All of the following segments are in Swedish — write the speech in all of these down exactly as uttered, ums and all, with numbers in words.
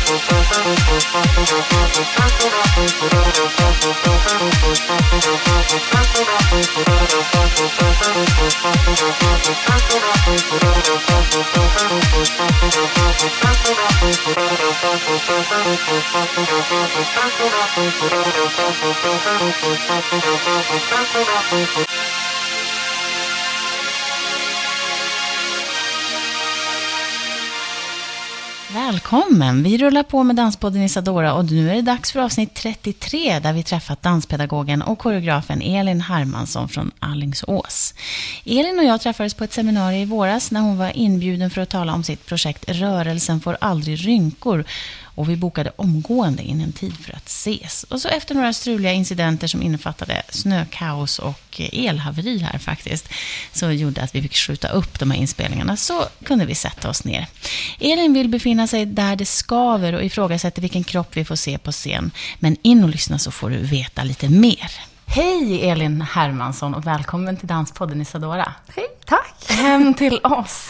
Välkommen! Vi rullar på med Danspodden Isadora och nu är det dags för avsnitt trettiotre där vi träffat danspedagogen och koreografen Elin Hermansson från Alingsås. Elin och jag träffades på ett seminarium i våras när hon var inbjuden för att tala om sitt projekt Rörelsen får aldrig rynkor. Och vi bokade omgående in en tid för att ses. Och så efter några struliga incidenter som innefattade snökaos och elhaveri här faktiskt, så gjorde att vi fick skjuta upp de här inspelningarna, så kunde vi sätta oss ner. Elin vill befinna sig där det skaver och ifrågasätter vilken kropp vi får se på scen. Men in och lyssna så får du veta lite mer. Hej Elin Hermansson och välkommen till Danspodden Isadora. Hej, tack! Hem till oss.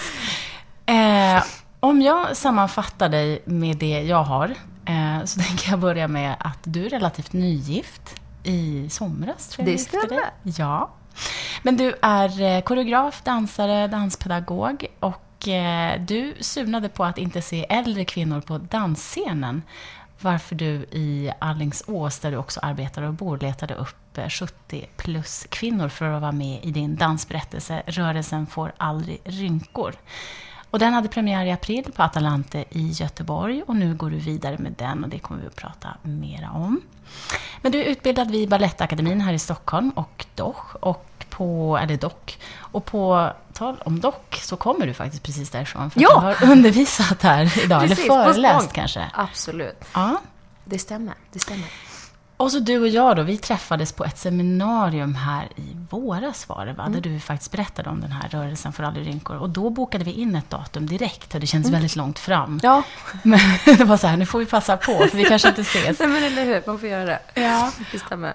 Eh... Om jag sammanfattar dig med det jag har eh, så tänker jag börja med att du är relativt nygift i somras. Tror jag det stämmer. Dig. Ja. Men du är eh, koreograf, dansare, danspedagog och eh, du surnade på att inte se äldre kvinnor på dansscenen. Varför du i Alingsås, där du också arbetar och bor, letade upp sjuttio plus kvinnor för att vara med i din dansberättelse Rörelsen får aldrig rynkor. Och den hade premiär i april på Atalante i Göteborg och nu går du vidare med den och det kommer vi att prata mer om. Men du är utbildad vid Balettakademin här i Stockholm och Dock och på eller Dock och på tal om Dock så kommer du faktiskt precis därifrån för ja. att du har undervisat här idag precis, eller föreläst kanske. Absolut. Ja, det stämmer. Det stämmer. Och så du och jag då, vi träffades på ett seminarium här i våras var det va? Mm. Där du faktiskt berättade om den här Rörelsen för aldrig rynkor. Och då bokade vi in ett datum direkt och det känns mm. väldigt långt fram. Ja. Men det var så här, nu får vi passa på för vi kanske inte ses. Nej men eller hur, man får göra det. Ja. Det stämmer.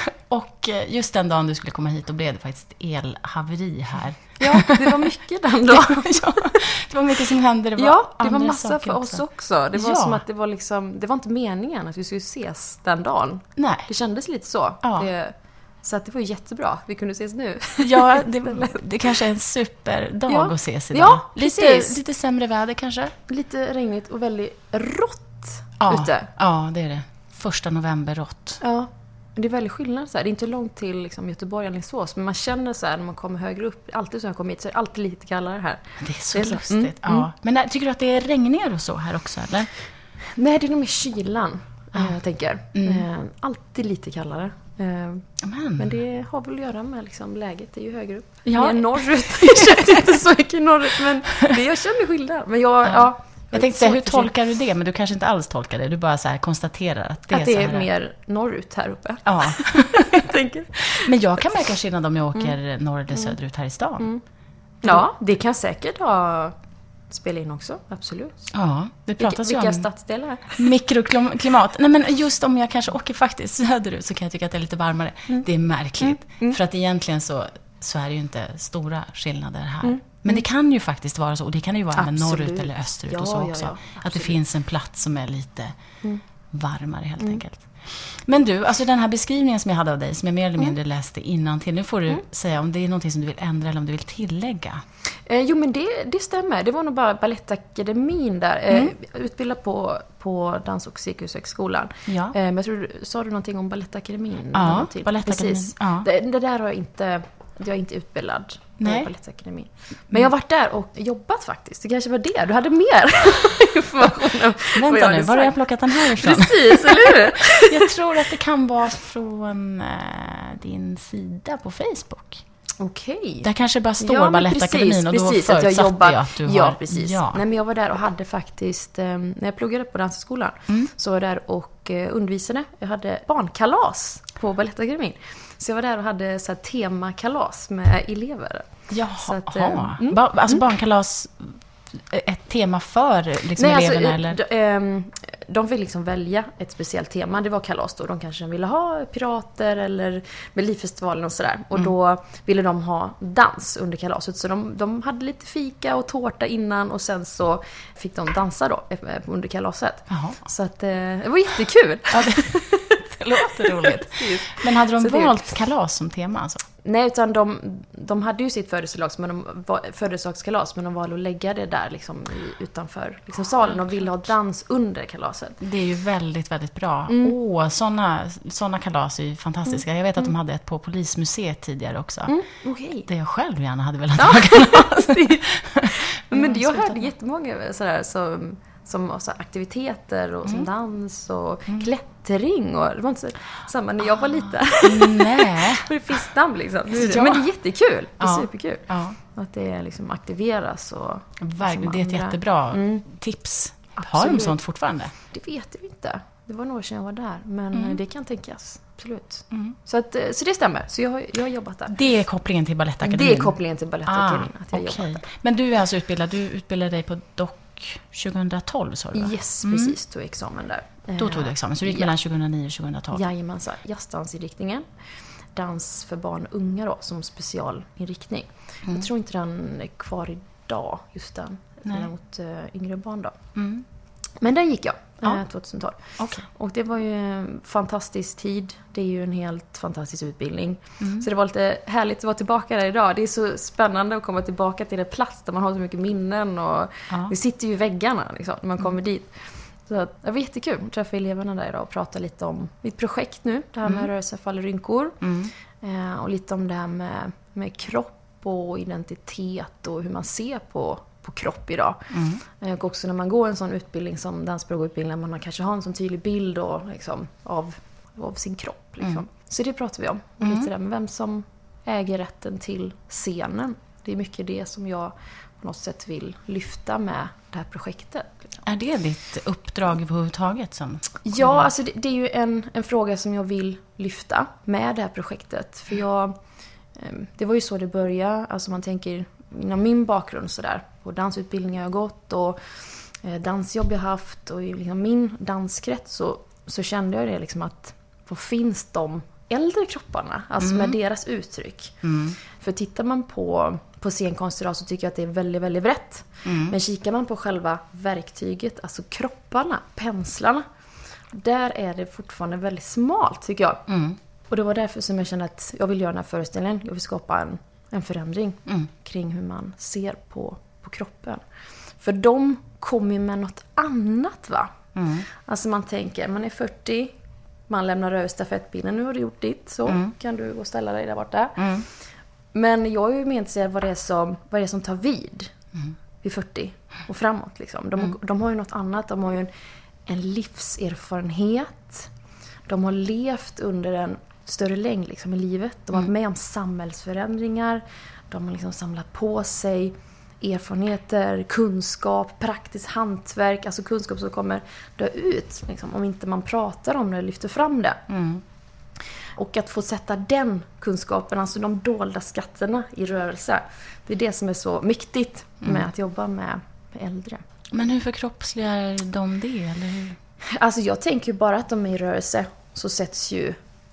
Och just den dagen du skulle komma hit då blev det faktiskt elhaveri här. Ja, det var mycket den dagen. Ja, det var mycket som hände. Det var ja, det var massa för också. oss också. Det var ja. som att det var liksom, det var inte meningen att vi skulle ses den dagen. Nej. Det kändes lite så. Ja. Det, så att det var jättebra. Vi kunde ses nu. Ja, det, det kanske är en superdag ja. Att ses idag. Ja, lite, lite sämre väder kanske. Lite regnigt och väldigt rått ja. ute. Ja, det är det. Första november rått. Ja. Det är väldigt skillnad så här. Det är inte långt till liksom, Göteborg eller Alingsås, men man känner så här när man kommer högre upp, alltid så jag kommer hit så är det alltid lite kallare här. Det är så det är lustigt. Mm, ja. mm. Men där, tycker du att det är regnigare och så här också eller? Nej, det är nog mer kylan. Ja. Jag tänker. Mm. Alltid lite kallare. Men. men det har väl att göra med liksom, läget. Det är ju högre upp. Ja. Det är norrut. Jag känner inte så mycket norrut, men det jag känner skillnad. Men jag, ja. ja jag tänkte säga, hur tolkar du det? Men du kanske inte alls tolkar det. Du bara så här konstaterar att det att är det så är här. mer norrut här uppe. Ja. jag tänker. Men jag kan märka skillnad om jag åker mm. norr eller söderut här i stan. Mm. Ja, det kan säkert ha spela in också, absolut. Ja, det pratas vilka, ju om vilka stadsdelar? mikroklimat. Nej, men just om jag kanske åker faktiskt söderut så kan jag tycka att det är lite varmare. Mm. Det är märkligt. Mm. Mm. För att egentligen så, så är det ju inte stora skillnader här. Mm. Men det kan ju faktiskt vara så, och det kan ju vara med norrut eller österut ja, och så också. Ja, ja, att det finns en plats som är lite mm. varmare helt mm. enkelt. Men du, alltså den här beskrivningen som jag hade av dig, som jag mer eller mindre mm. läste innan till, nu får du mm. säga om det är någonting som du vill ändra eller om du vill tillägga. Eh, jo, men det, det stämmer. Det var nog bara Balettakademin där. Eh, mm. Utbildad på, på Dans- och cirkushögskolan. Ja. Eh, men jag tror, sa du någonting om Balettakademin? Ja, Balettakademin. Ja. Det, det där har jag inte... Jag är inte utbildad Nej. på Balettakademin. Men jag har varit där och jobbat faktiskt. Det kanske var det. Du hade mer information. Vänta nu, var har jag plockat den här ifrån? Precis, eller hur? Jag tror att det kan vara från äh, din sida på Facebook. Okej. Där kanske bara står ja, Balettakademin och då precis, förutsatte att jag, jobbar, jag att du har... Ja, precis. Ja. Nej, men jag var där och hade faktiskt, eh, när jag pluggade på dansskolan, mm. så var jag där och eh, undervisade. Jag hade barnkalas på Balettakademin. Så jag var där och hade så här, temakalas med elever. Jaha, så att, eh, mm. ba- alltså barnkalas, ett tema för liksom, Nej, eleverna? Alltså, eller? D- ähm, de vill liksom välja ett speciellt tema. Det var kalas då. De kanske ville ha pirater eller Melodifestivalen och sådär. Och då ville de ha dans under kalaset. Så de, de hade lite fika och tårta innan och sen så fick de dansa då under kalaset. Jaha. Så att det var jättekul. Ja, det, det låter roligt. Men hade de Så valt kalas som tema alltså? Nej, utan de, de hade ju sitt födelsedags, men de, födelsedagskalas, men de valde att lägga det där liksom i, utanför liksom salen och ville ha dans under kalaset. Det är ju väldigt, väldigt bra. Mm. Åh, såna, såna kalas är ju fantastiska. Jag vet att de hade ett på Polismuseet tidigare också. Mm, okay. Det jag själv gärna hade velat ha kalas. Men jag hörde jättemånga sådär som... som också aktiviteter och mm. som dans och mm. klättring och det var inte så, samma när jag var liten. Nej. Det finns namn liksom. Ja. Men det är jättekul. Det är ja. superkul. Ja. Att det liksom aktiveras och verkligen, det är ett andra. jättebra mm. tips. Absolut. Har de sånt fortfarande? Det vet jag inte. Det var några sedan jag var där, men mm. det kan tänkas. Absolut. Mm. Så, att, så det stämmer. Så jag har, jag har jobbat där. Det är kopplingen till Balettakademin. Det är kopplingen till Balettakademin ah, att jag okay. jobbat där. Men du är alltså utbildad, du utbildade dig på dock tjugohundratolv, sa du va? Yes, mm. precis. Tog examen där. Då tog du examen, så du gick ja. mellan tjugohundranio och tjugohundratolv? Jajamensan, jazzdansinriktningen. Dans för barn och unga då, som specialinriktning. Mm. Jag tror inte den är kvar idag, just den. Mot uh, yngre barn då. Mm. Men där gick jag, ja. eh, tjugohundratolv. Okay. Och det var ju en fantastisk tid. Det är ju en helt fantastisk utbildning. Mm. Så det var lite härligt att vara tillbaka där idag. Det är så spännande att komma tillbaka till det plats där man har så mycket minnen. Och ja. det sitter ju i väggarna liksom, när man kommer mm. dit. Så det var jättekul att träffa eleverna där idag och prata lite om mitt projekt nu. Det här med mm. rörelse, fall och rynkor. Mm. Eh, och lite om det här med, med kropp och identitet och hur man ser på på kropp idag. Mm. Och också när man går en sån utbildning som danspedagogutbildning, man kanske har en sån tydlig bild och, liksom, av, av sin kropp. Liksom. Mm. Så det pratar vi om. Mm. Lite där med vem som äger rätten till scenen. Det är mycket det som jag på något sätt vill lyfta med det här projektet. Liksom. Är det ditt uppdrag överhuvudtaget? Som ja, alltså det, det är ju en, en fråga som jag vill lyfta med det här projektet. För jag, det var ju så det började. Alltså man tänker inom min bakgrund så där, på dansutbildningar jag har gått och eh, dansjobb jag haft och i liksom min danskrets så, så kände jag det liksom att vad finns de äldre kropparna, alltså mm. med deras uttryck. Mm. För tittar man på, på scenkonst idag så tycker jag att det är väldigt, väldigt brett. Mm. Men kikar man på själva verktyget, alltså kropparna, penslarna, där är det fortfarande väldigt smalt tycker jag. Mm. Och det var därför som jag kände att jag vill göra den här föreställningen. Jag vill skapa en en förändring mm. kring hur man ser på, på kroppen. För de kommer med något annat va? Mm. Alltså man tänker, man är fyrtio, man lämnar över stafettpinnen, nu har du gjort ditt, så mm. kan du gå och ställa dig där borta. Mm. Men jag är ju med att säga vad det är som, vad det är som tar vid mm. vid fyrtio och framåt. Liksom. De, mm. de har ju något annat, de har ju en, en livserfarenhet, de har levt under en större längd liksom, i livet. De har varit med om samhällsförändringar. De har liksom samlat på sig erfarenheter, kunskap, praktiskt hantverk. Alltså kunskap som kommer dö ut liksom, om inte man pratar om det och lyfter fram det. Mm. Och att få sätta den kunskapen, alltså de dolda skatterna i rörelse. Det är det som är så viktigt med mm. att jobba med, med äldre. Men hur förkroppsligar de det? Eller hur? Alltså jag tänker ju bara att de är i rörelse så sätts ju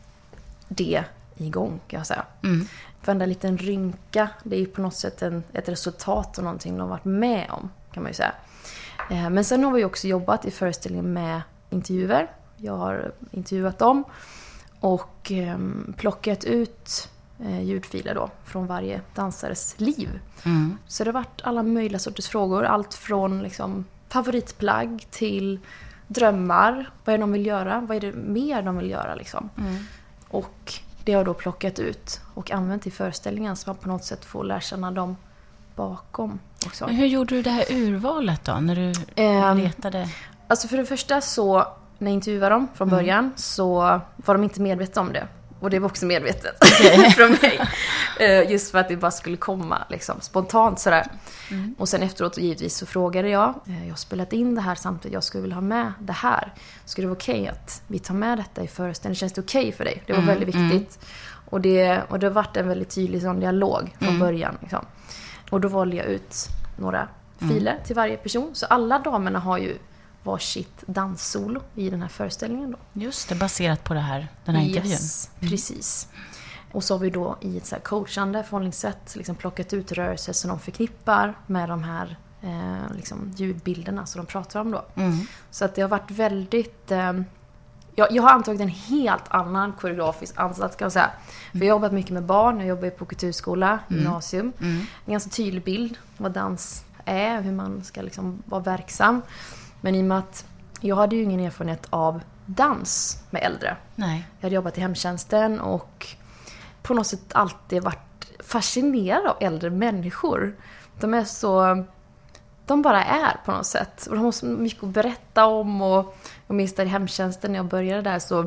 det igång kan jag säga. Mm. Varenda liten rynka, det är ju på något sätt en, ett resultat av någonting de har varit med om kan man ju säga. Eh, men sen har vi också jobbat i föreställningen med intervjuer. Jag har intervjuat dem och eh, plockat ut eh, ljudfiler då från varje dansares liv. Mm. Så det har varit alla möjliga sorters frågor, allt från liksom favoritplagg till drömmar, vad är det de vill göra, vad är det mer de vill göra liksom. Mm. Och det har jag då plockat ut och använt i föreställningen så man på något sätt får lära känna dem bakom också. Men hur gjorde du det här urvalet då, när du um, letade? Alltså för det första så, när jag intervjuade dem från början mm. så var de inte medvetna om det. Och det var också medvetet okay. från mig. Uh, just för att det bara skulle komma liksom, spontant sådär. Mm. Och sen efteråt givetvis så frågade jag. Uh, jag har spelat in det här samtidigt. Jag skulle vilja ha med det här. Skulle det vara okej okay att vi tar med detta i föreställningen? Känns det okej okay för dig? Det var mm. väldigt viktigt. Mm. Och, det, och det har varit en väldigt tydlig sån dialog från mm. början. Liksom. Och då valde jag ut några filer mm. till varje person. Så alla damerna har ju varsitt danssolo i den här föreställningen då. Just det, baserat på det här, den här yes, intervjun. Mm. Precis. Och så har vi då i ett så här coachande förhållningssätt liksom plockat ut rörelser som de förknippar med de här eh, liksom ljudbilderna som de pratar om då. Mm. Så att det har varit väldigt... Eh, jag, jag har antagit en helt annan koreografisk ansats kan jag säga. För jag har jobbat mycket med barn, jag jobbar på kulturskola, gymnasium. Mm. Mm. En ganska tydlig bild vad dans är, hur man ska liksom vara verksam. Men i och med att jag hade ju ingen erfarenhet av dans med äldre. Nej. Jag hade jobbat i hemtjänsten och på något sätt alltid varit fascinerad av äldre människor. De är så... De bara är på något sätt. Och de har så mycket att berätta om. Och jag minns där i hemtjänsten när jag började där så,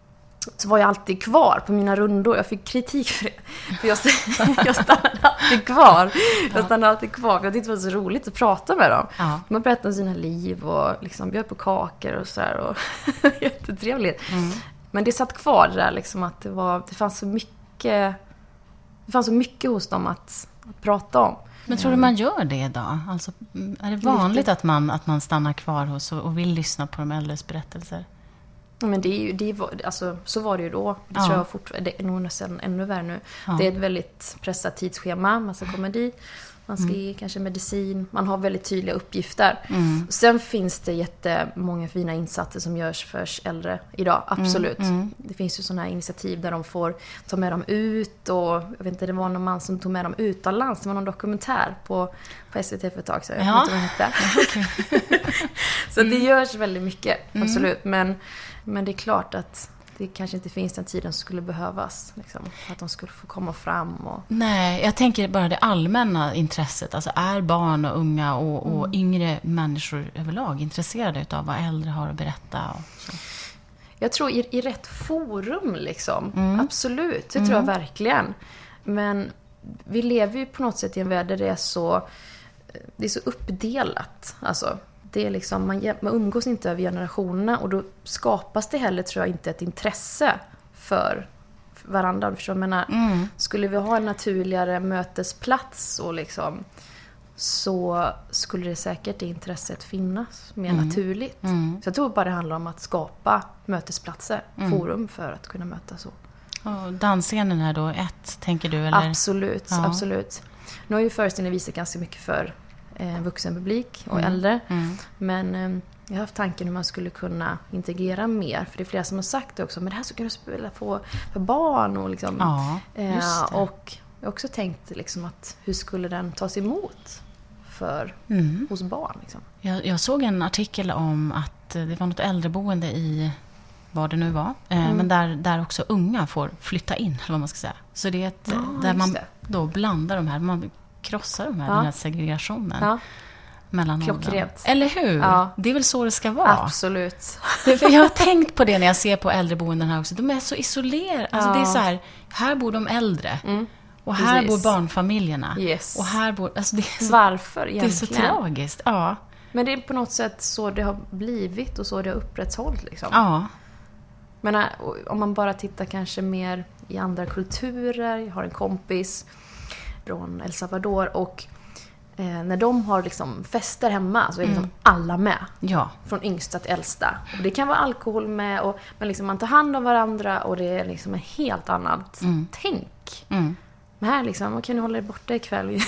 så var jag alltid kvar på mina rundor. Jag fick kritik för det. För jag, jag stannade alltid kvar. Jag stannade alltid kvar. För jag tyckte det var så roligt att prata med dem. Ja. Man berättade om sina liv och liksom bjöd på kakor och sådär. Och jättetrevligt. Mm. Men det satt kvar där liksom att det, var, det fanns så mycket... Det fanns så mycket hos dem att, att prata om. Men tror du man gör det idag? Alltså, är det vanligt att man, att man stannar kvar hos och, och vill lyssna på de äldres berättelser? Men det är ju, det är, alltså, så var det ju då. Det ja. tror jag fortfarande, det är nog nästan ännu värre nu. Ja. Det är ett väldigt pressat tidsschema. Man ska komma dit, man ska ge mm. kanske medicin. Man har väldigt tydliga uppgifter. Mm. Sen finns det jättemånga fina insatser som görs för äldre idag. Absolut. Mm. Mm. Det finns ju sådana här initiativ där de får ta med dem ut. Och jag vet inte, det var någon man som tog med dem utomlands. Det var någon dokumentär på, på S V T för ett tag. Så jag ja. vet inte vad det hette. Så det görs väldigt mycket. Absolut. Mm. Men, men det är klart att det kanske inte finns den tiden som skulle behövas liksom, för att de skulle få komma fram. Och... Nej, jag tänker bara det allmänna intresset. Alltså är barn och unga och, och mm. yngre människor överlag intresserade av vad äldre har att berätta? Och så. Jag tror i, i rätt forum liksom. Mm. Absolut, det mm. tror jag verkligen. Men vi lever ju på något sätt i en värld där det är så, det är så uppdelat. Alltså... Det är liksom, man, man umgås inte över generationerna och då skapas det heller tror jag inte ett intresse för varandra. För jag menar, mm. skulle vi ha en naturligare mötesplats och liksom, så skulle det säkert intresset finnas mer mm. naturligt. Mm. Så jag tror bara det handlar om att skapa mötesplatser, mm. forum för att kunna mötas. Så. Och dansscenen är då ett, tänker du? Eller? Absolut, ja. absolut. Nu har ju föreställningen visat ganska mycket för Eh, vuxenpublik och mm. äldre. Mm. Men eh, jag har haft tanken hur man skulle kunna integrera mer. För det är flera som har sagt det också. Men det här skulle kunna spela på för barn. Och, liksom, ja, eh, och jag har också tänkt liksom, att hur skulle den tas emot för, mm. hos barn. Liksom. Jag, jag såg en artikel om att det var något äldreboende i vad det nu var. Eh, mm. Men där, där också unga får flytta in. Eller vad man ska säga. Så det är ett, ja, där man det. då blandar de här... Man, krossar de här, ja. den här segregationen ja. mellan Klockrent. Eller hur? Ja. Det är väl så det ska vara. Absolut. För jag har tänkt på det när jag ser på äldreboenden här också. De är så isolerade. Ja. Alltså det är så här, här bor de äldre. Mm. Och här Precis. bor barnfamiljerna. Yes. Och här bor... Alltså det är så, Varför egentligen? Det är så tragiskt. Ja. Men det är på något sätt så det har blivit och så det har upprätthållit. Liksom. Ja. Men om man bara tittar kanske mer i andra kulturer. Jag har en kompis från El Salvador och eh, när de har liksom fester hemma så är liksom mm. alla med. Ja. Från yngsta till äldsta. Och det kan vara alkohol med och, men liksom man tar hand om varandra och det är liksom ett helt annat mm. tänk. Mm. Men här liksom, man kan ju hålla det borta ikväll.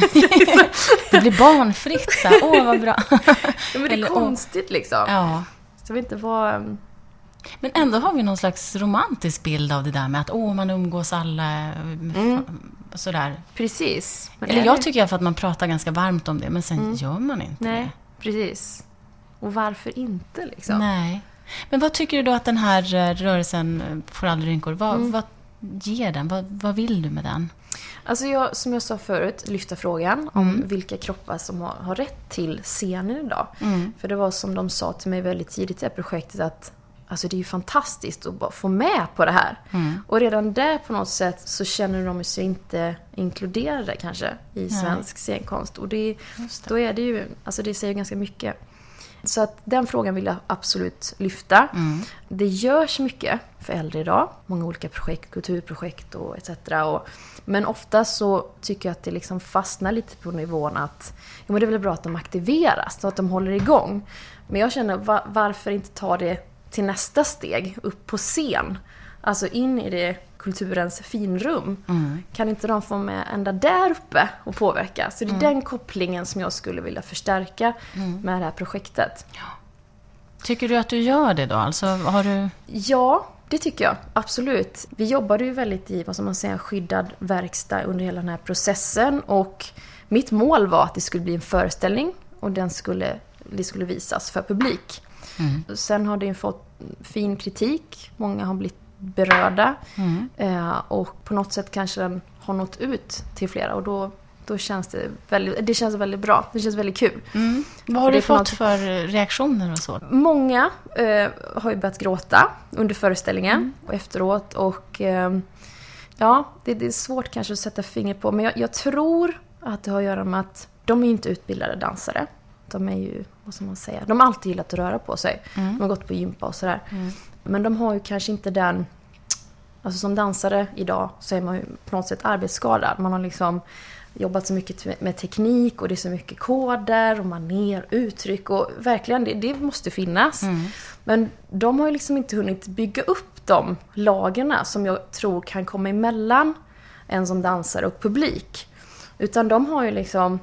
Det blir barnfritt så här. Åh, vad bra. Ja, men det är Eller, konstigt liksom. Ja. Så jag vet inte vad... Men ändå har vi någon slags romantisk bild av det där med att åh, man umgås alla mm. sådär. Precis. Men Eller jag det... tycker för att man pratar ganska varmt om det, men sen mm. gör man inte Nej, det. Precis. Och varför inte liksom? Nej. Men vad tycker du då att den här rörelsen Får aldrig rynkor, vad, mm. vad ger den? Vad, vad vill du med den? Alltså jag, som jag sa förut, lyfta frågan mm. om vilka kroppar som har, har rätt till scenen idag. Mm. För det var som de sa till mig väldigt tidigt i det här projektet att alltså det är ju fantastiskt att bara få med på det här. Mm. Och redan där på något sätt så känner de sig inte inkluderade kanske i svensk Nej. scenkonst. Och det, det. då är det ju, alltså det säger ganska mycket. Så att den frågan vill jag absolut lyfta. Mm. Det görs mycket för äldre idag. Många olika projekt, kulturprojekt och et cetera. Och, men ofta så tycker jag att det liksom fastnar lite på nivån att ja, men det är väl bra att de aktiveras, så att de håller igång. Men jag känner, va, varför inte ta det till nästa steg, upp på scen? Alltså in i det kulturens finrum. Mm. Kan inte de få med ända där uppe och påverka? Så det är mm. den kopplingen som jag skulle vilja förstärka mm. med det här projektet. Ja. Tycker du att du gör det då? Alltså, har du... Ja, det tycker jag. Absolut. Vi jobbade ju väldigt i vad som man säger, skyddad verkstad under hela den här processen. Och mitt mål var att det skulle bli en föreställning och den skulle, det skulle visas för publik. Mm. Sen har det fått fin kritik. Många har blivit berörda. Mm. Eh, och på något sätt kanske den har nått ut till flera. Och då, då känns det väldigt, det känns väldigt bra. Det känns väldigt kul. Mm. Vad har du fått något... för reaktioner och så? Många eh, har ju börjat gråta under föreställningen mm. och efteråt. Och eh, ja, det, det är svårt kanske att sätta finger på. Men jag, jag tror att det har att göra med att de är inte utbildade dansare. De är ju, vad ska man säga, de har alltid gillat att röra på sig. Mm. De har gått på gympa och sådär. Mm. Men de har ju kanske inte den, alltså som dansare idag så är man ju på något sätt arbetsskadad. Man har liksom jobbat så mycket med teknik och det är så mycket koder och maner, uttryck och verkligen det, det måste finnas. Mm. Men de har ju liksom inte hunnit bygga upp de lagerna som jag tror kan komma emellan en som dansare och publik. Utan de har ju liksom,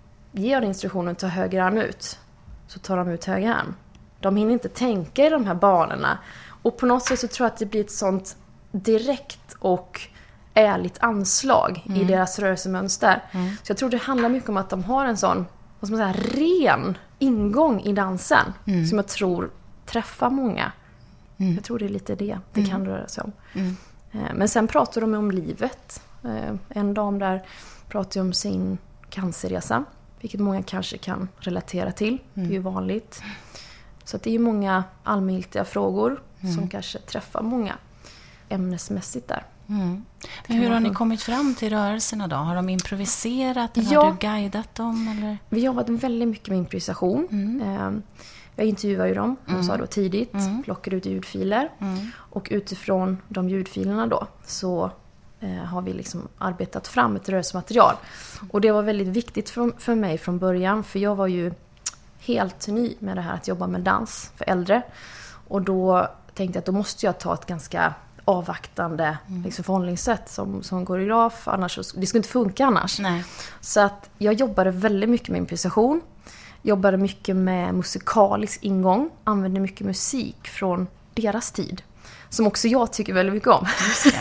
ger instruktionen ta höger arm ut, så tar de ut höger arm. De hinner inte tänka i de här banorna. Och på något sätt så tror jag att det blir ett sånt direkt och ärligt anslag mm. i deras rörelsemönster. Mm. Så jag tror det handlar mycket om att de har en sån, vad ska man säga, ren ingång i dansen. Mm. Som jag tror träffar många. Mm. Jag tror det är lite det det mm. kan röra sig om. Mm. Men sen pratar de om livet. En dam där pratar om sin cancerresa. Vilket många kanske kan relatera till. Mm. Det är ju vanligt. Så att det är ju många allmängiltiga frågor mm. som kanske träffar många ämnesmässigt där. Mm. Men hur har ni kommit fram till rörelserna då? Har de improviserat? Eller ja, har du guidat dem? Eller? Vi har jobbat väldigt mycket med improvisation. Mm. Jag intervjuade ju dem, jag sa då tidigt, mm. plockade ut ljudfiler. Mm. Och utifrån de ljudfilerna då så har vi liksom arbetat fram ett rörelsematerial. Och det var väldigt viktigt för, för mig från början. För jag var ju helt ny med det här att jobba med dans för äldre. Och då tänkte jag att då måste jag ta ett ganska avvaktande mm. liksom, förhållningssätt som, som koreograf. Annars, det skulle inte funka annars. Nej. Så att jag jobbade väldigt mycket med improvisation. Jobbade mycket med musikalisk ingång. Använde mycket musik från deras tid. Som också jag tycker väldigt mycket om.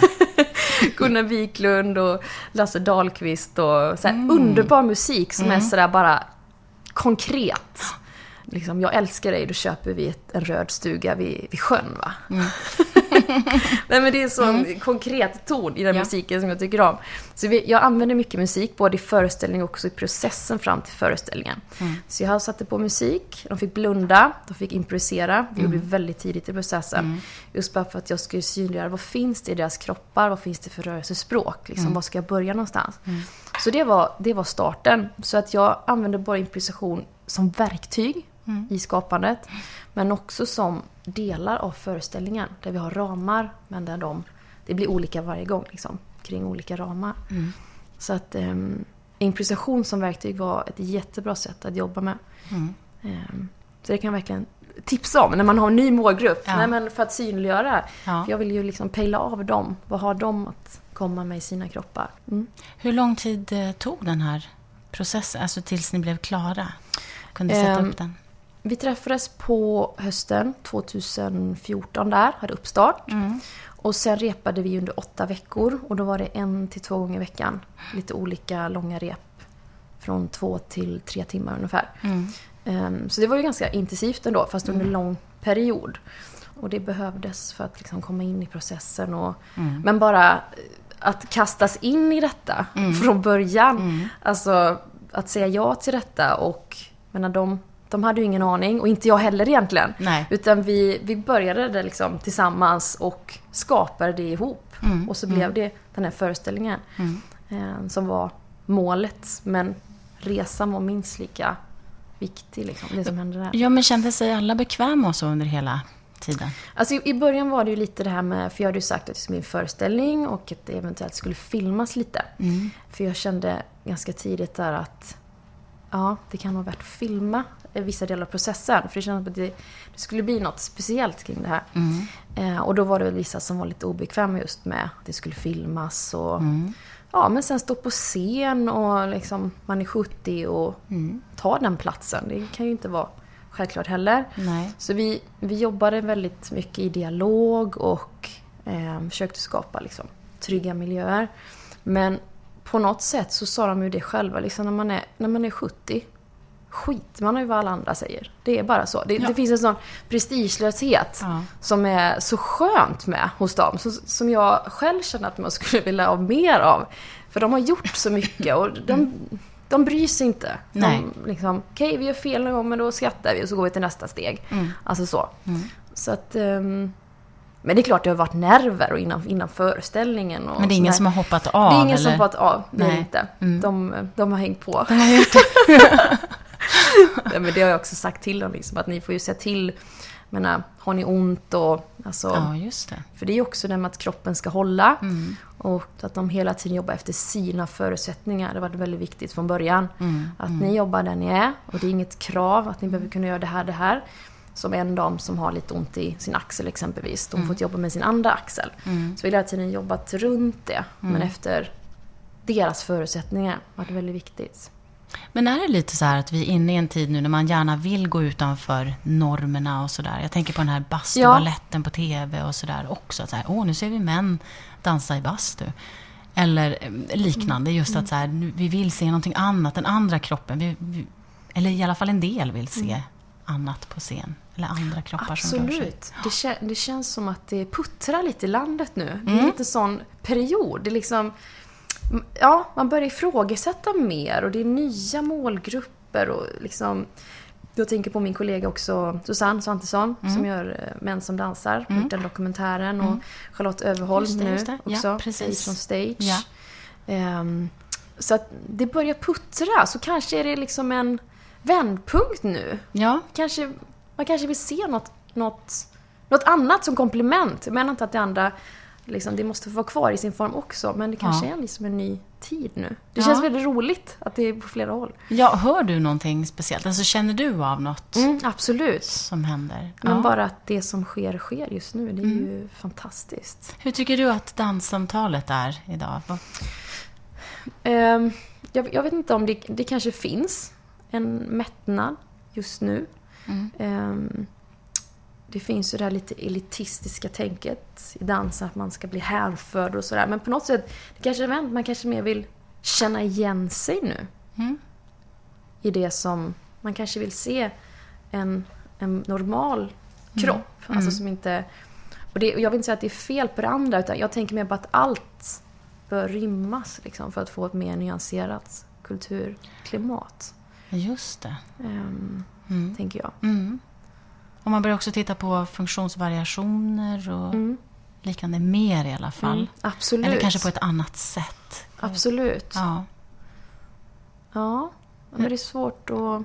Gunnar Wiklund och Lasse Dahlqvist och så här mm. underbar musik som mm. är sådär bara konkret. Liksom, jag älskar dig, då köper vi ett, en röd stuga vid, vid sjön, va? Mm. Nej, men det är så en mm. konkret ton i den ja. musiken som jag tycker om. Så vi, jag använder mycket musik, både i föreställning och också i processen fram till föreställningen. Mm. Så jag satte på musik, de fick blunda, de fick improvisera. Det mm. gjorde vi väldigt tidigt i processen. Mm. Just bara för att jag skulle synliggöra, vad finns det i deras kroppar? Vad finns det för rörelsespråk? Liksom, mm. var ska jag börja någonstans? Mm. Så det var, det var starten. Så att jag använde bara improvisation som verktyg mm. i skapandet. Men också som delar av föreställningen. Där vi har ramar, men där de, det blir olika varje gång liksom, kring olika ramar. Mm. Så att um, improvisation som verktyg var ett jättebra sätt att jobba med. Mm. Um, så det kan jag verkligen tipsa om när man har en ny målgrupp. Ja. Nej, men för att synliggöra. Ja. För jag vill ju liksom pejla av dem. Vad har de att komma med i sina kroppar? Mm. Hur lång tid tog den här processen? Alltså tills ni blev klara? Kunde sätta um, upp den? Vi träffades på hösten tjugohundrafjorton där, hade uppstart. Mm. Och sen repade vi under åtta veckor. Och då var det en till två gånger i veckan. Lite olika långa rep. Från två till tre timmar ungefär. Mm. Um, så det var ju ganska intensivt ändå, fast under en lång period. Och det behövdes för att liksom komma in i processen. Och, mm. Men bara att kastas in i detta mm. från början. Mm. Alltså att säga ja till detta. Och menar, de, de hade ju ingen aning. Och inte jag heller egentligen. Nej. Utan vi, vi började det liksom tillsammans och skapade det ihop. Mm. Och så blev mm. det den här föreställningen. Mm. Eh, som var målet. Men resan var minst lika viktig, liksom, det som hände där. Ja, men kände sig alla bekväma och så under hela tiden? Alltså i, i början var det ju lite det här med, för jag hade ju sagt att det skulle bli en föreställning och att det eventuellt skulle filmas lite. Mm. För jag kände ganska tidigt där att ja, det kan vara värt att filma vissa delar av processen. För det kändes att det, det skulle bli något speciellt kring det här. Mm. Eh, och då var det väl vissa som var lite obekväma just med att det skulle filmas. Och, Mm. ja, men sen stå på scen och liksom, man är sjuttio och Mm. ta den platsen. Det kan ju inte vara självklart heller. Nej. Så vi, vi jobbade väldigt mycket i dialog och eh, försökte skapa liksom, trygga miljöer. Men på något sätt så sa de ju det själva. Liksom, när, man är, när man är sjuttio, skit man har ju vad alla andra säger. Det är bara så. Det, Ja. det finns en sån prestigelöshet Ja. som är så skönt med hos dem. Så, som jag själv känner att man skulle vilja ha mer av. För de har gjort så mycket och de, de bryr sig inte. Nej. De, liksom, okej, okay, vi gör fel någon gång, men då skrattar vi och så går vi till nästa steg. Mm. Alltså så. Mm. Så att... Um, men det är klart det har varit nerver och innan, innan föreställningen. Och Men det är ingen sådär. som har hoppat av? Det är ingen eller? som har hoppat av, det är Nej. det inte. Mm. De, de har hängt på. De har gjort det. Ja, men det har jag också sagt till dem, liksom, att ni får ju se till, menar, har ni ont och alltså, Ja, just det. för det är ju också det med att kroppen ska hålla Mm. och att de hela tiden jobbar efter sina förutsättningar. Det var väldigt viktigt från början. Mm. Att Mm. ni jobbar där ni är och det är inget krav att ni behöver kunna göra det här, det här. Som en dam som har lite ont i sin axel exempelvis. De har Mm. fått jobba med sin andra axel. Mm. Så vi har hela tiden jobbat runt det. Mm. Men efter deras förutsättninningar var det väldigt viktigt. Men är det lite så här att vi är inne i en tid nu när man gärna vill gå utanför normerna och sådär? Jag tänker på den här bastubaletten på tv och sådär också. Att så här, åh, nu ser vi män dansa i bastu. Eller eh, liknande, just att så här, nu, vi vill se någonting annat, den andra kroppen. Vi, vi, eller i alla fall en del vill se Mm. annat på scen. Eller andra kroppar som rör sig. Absolut. Det, kä- det känns som att det puttrar lite i landet nu. Det är Mm. lite sån period. Det är liksom... Ja, man börjar ifrågasätta mer och det är nya målgrupper och liksom... Jag tänker på min kollega också, Susanne Svantesson, Mm. som gör eh, Män som dansar, Mm. gjort den dokumentären, Mm. och Charlotte Överholm Just det, nu just det. Ja, också, precis. från Stage. Ja. Ehm, så att det börjar puttra, så kanske är det liksom en vändpunkt nu. Ja, Kanske, man kanske vill se något, något, något annat som komplement. Jag menar inte att det andra liksom, det måste få vara kvar i sin form också, men det kanske Ja. är liksom en ny tid nu. Det Ja. känns väldigt roligt att det är på flera håll. ja, hör du någonting speciellt? Alltså känner du av något Mm, absolut. som händer? Men Ja. bara att det som sker, sker just nu, det är Mm. ju fantastiskt. Hur tycker du att danssamtalet är idag? Vad- Ehm, jag, jag vet inte om det, det kanske finns en mättnad just nu. Mm. Ehm, det finns ju det här lite elitistiska tänket i dansen, att man ska bli hänförd och sådär. Men på något sätt, det kanske är vänt, man kanske mer vill känna igen sig nu Mm. i det som man kanske vill se en, en normal kropp. Mm. Alltså som inte... Och, det, och jag vill inte säga att det är fel på det andra, utan jag tänker mer på att allt bör rymmas liksom, för att få ett mer nyanserat kulturklimat. Just det. Ehm, Mm. tänker jag. Mm. Och man börjar också titta på funktionsvariationer och Mm. liknande mer i alla fall. Mm, absolut. Eller kanske på ett annat sätt. Absolut. Ja. Ja. Men det är svårt att...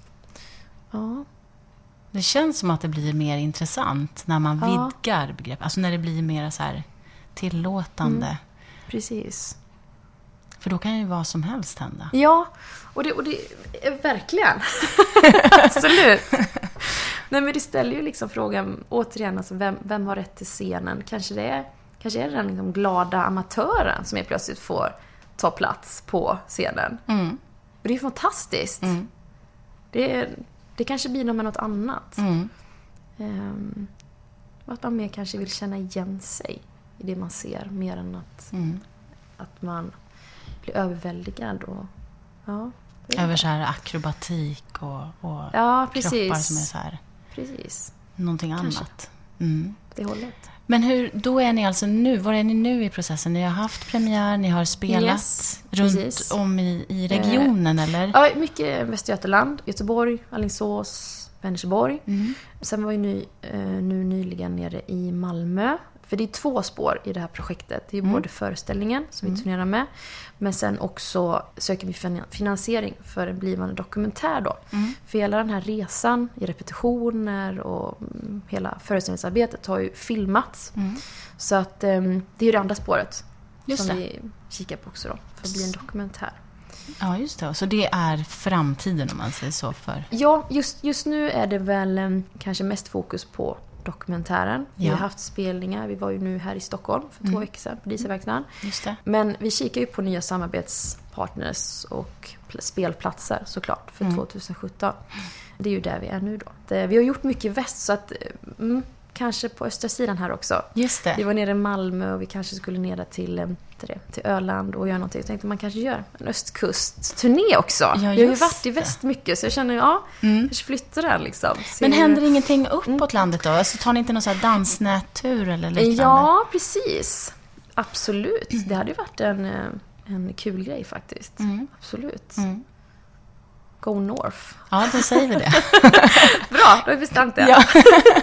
Ja. Det känns som att det blir mer intressant när man Ja. vidgar begrepp. Alltså när det blir mer så här tillåtande. Mm. Precis. För då kan ju vad som helst hända. Ja, och det, och det är verkligen. Absolut. Nej, men det ställer ju liksom frågan återigen, alltså vem, vem har rätt till scenen? Kanske det är, kanske är det den liksom glada amatören som är plötsligt får ta plats på scenen. Mm. Och det är fantastiskt. Mm. Det, är, det kanske bidrar med något annat. Mm. Um, att man mer kanske vill känna igen sig i det man ser, mer än att, Mm. att man blir överväldigad. Och, ja, det är Över det. så här akrobatik och, och Ja, kroppar precis. som är så här Precis, någonting Kanske. annat. Mm. det hållet. Men hur, då är ni alltså nu, var är ni nu i processen? Ni har haft premiär, ni har spelat Yes, runt precis. om i, i regionen, eller? Ja, mycket Västergötland, Göteborg, Alingsås, Vänersborg. Mm. Sen var jag ny, eh, nu nyligen nere i Malmö. För det är två spår i det här projektet. Det är mm. både föreställningen som mm. vi turnerar med. Men sen också söker vi finansiering för en blivande dokumentär då. Mm. För hela den här resan i repetitioner och hela föreställningsarbetet har ju filmats. Mm. Så att eh, det är ju det andra spåret. Just som det. Vi kikar på också då. För att bli en dokumentär. Ja, just det. Så det är framtiden om man säger så för... Ja, just, just nu är det väl eh, kanske mest fokus på dokumentären. Vi ja. har haft spelningar. Vi var ju nu här i Stockholm för mm. två veckor sedan på Disaverkstan. Just det. Men vi kikar ju på nya samarbetspartners och spelplatser såklart för mm. tjugosjutton. Det är ju där vi är nu då. Det, vi har gjort mycket i väst så att mm, kanske på östra sidan här också. Just det. Vi var nere i Malmö och vi kanske skulle ner till, till, till Öland och göra någonting. Jag tänkte man kanske gör en östkustturné också. Ja, vi har ju varit i väst mycket så jag känner ja, mm. kanske flyttar där liksom. Så men händer ingenting uppåt mm. landet då? Alltså, tar ni inte någon sån här dansnättur eller liknande? Ja, precis. Absolut. Mm. Det hade ju varit en, en kul grej faktiskt. Mm. Absolut. Mm. Go North. Ja, då säger vi det. Bra, då har vi bestämt det. Ja.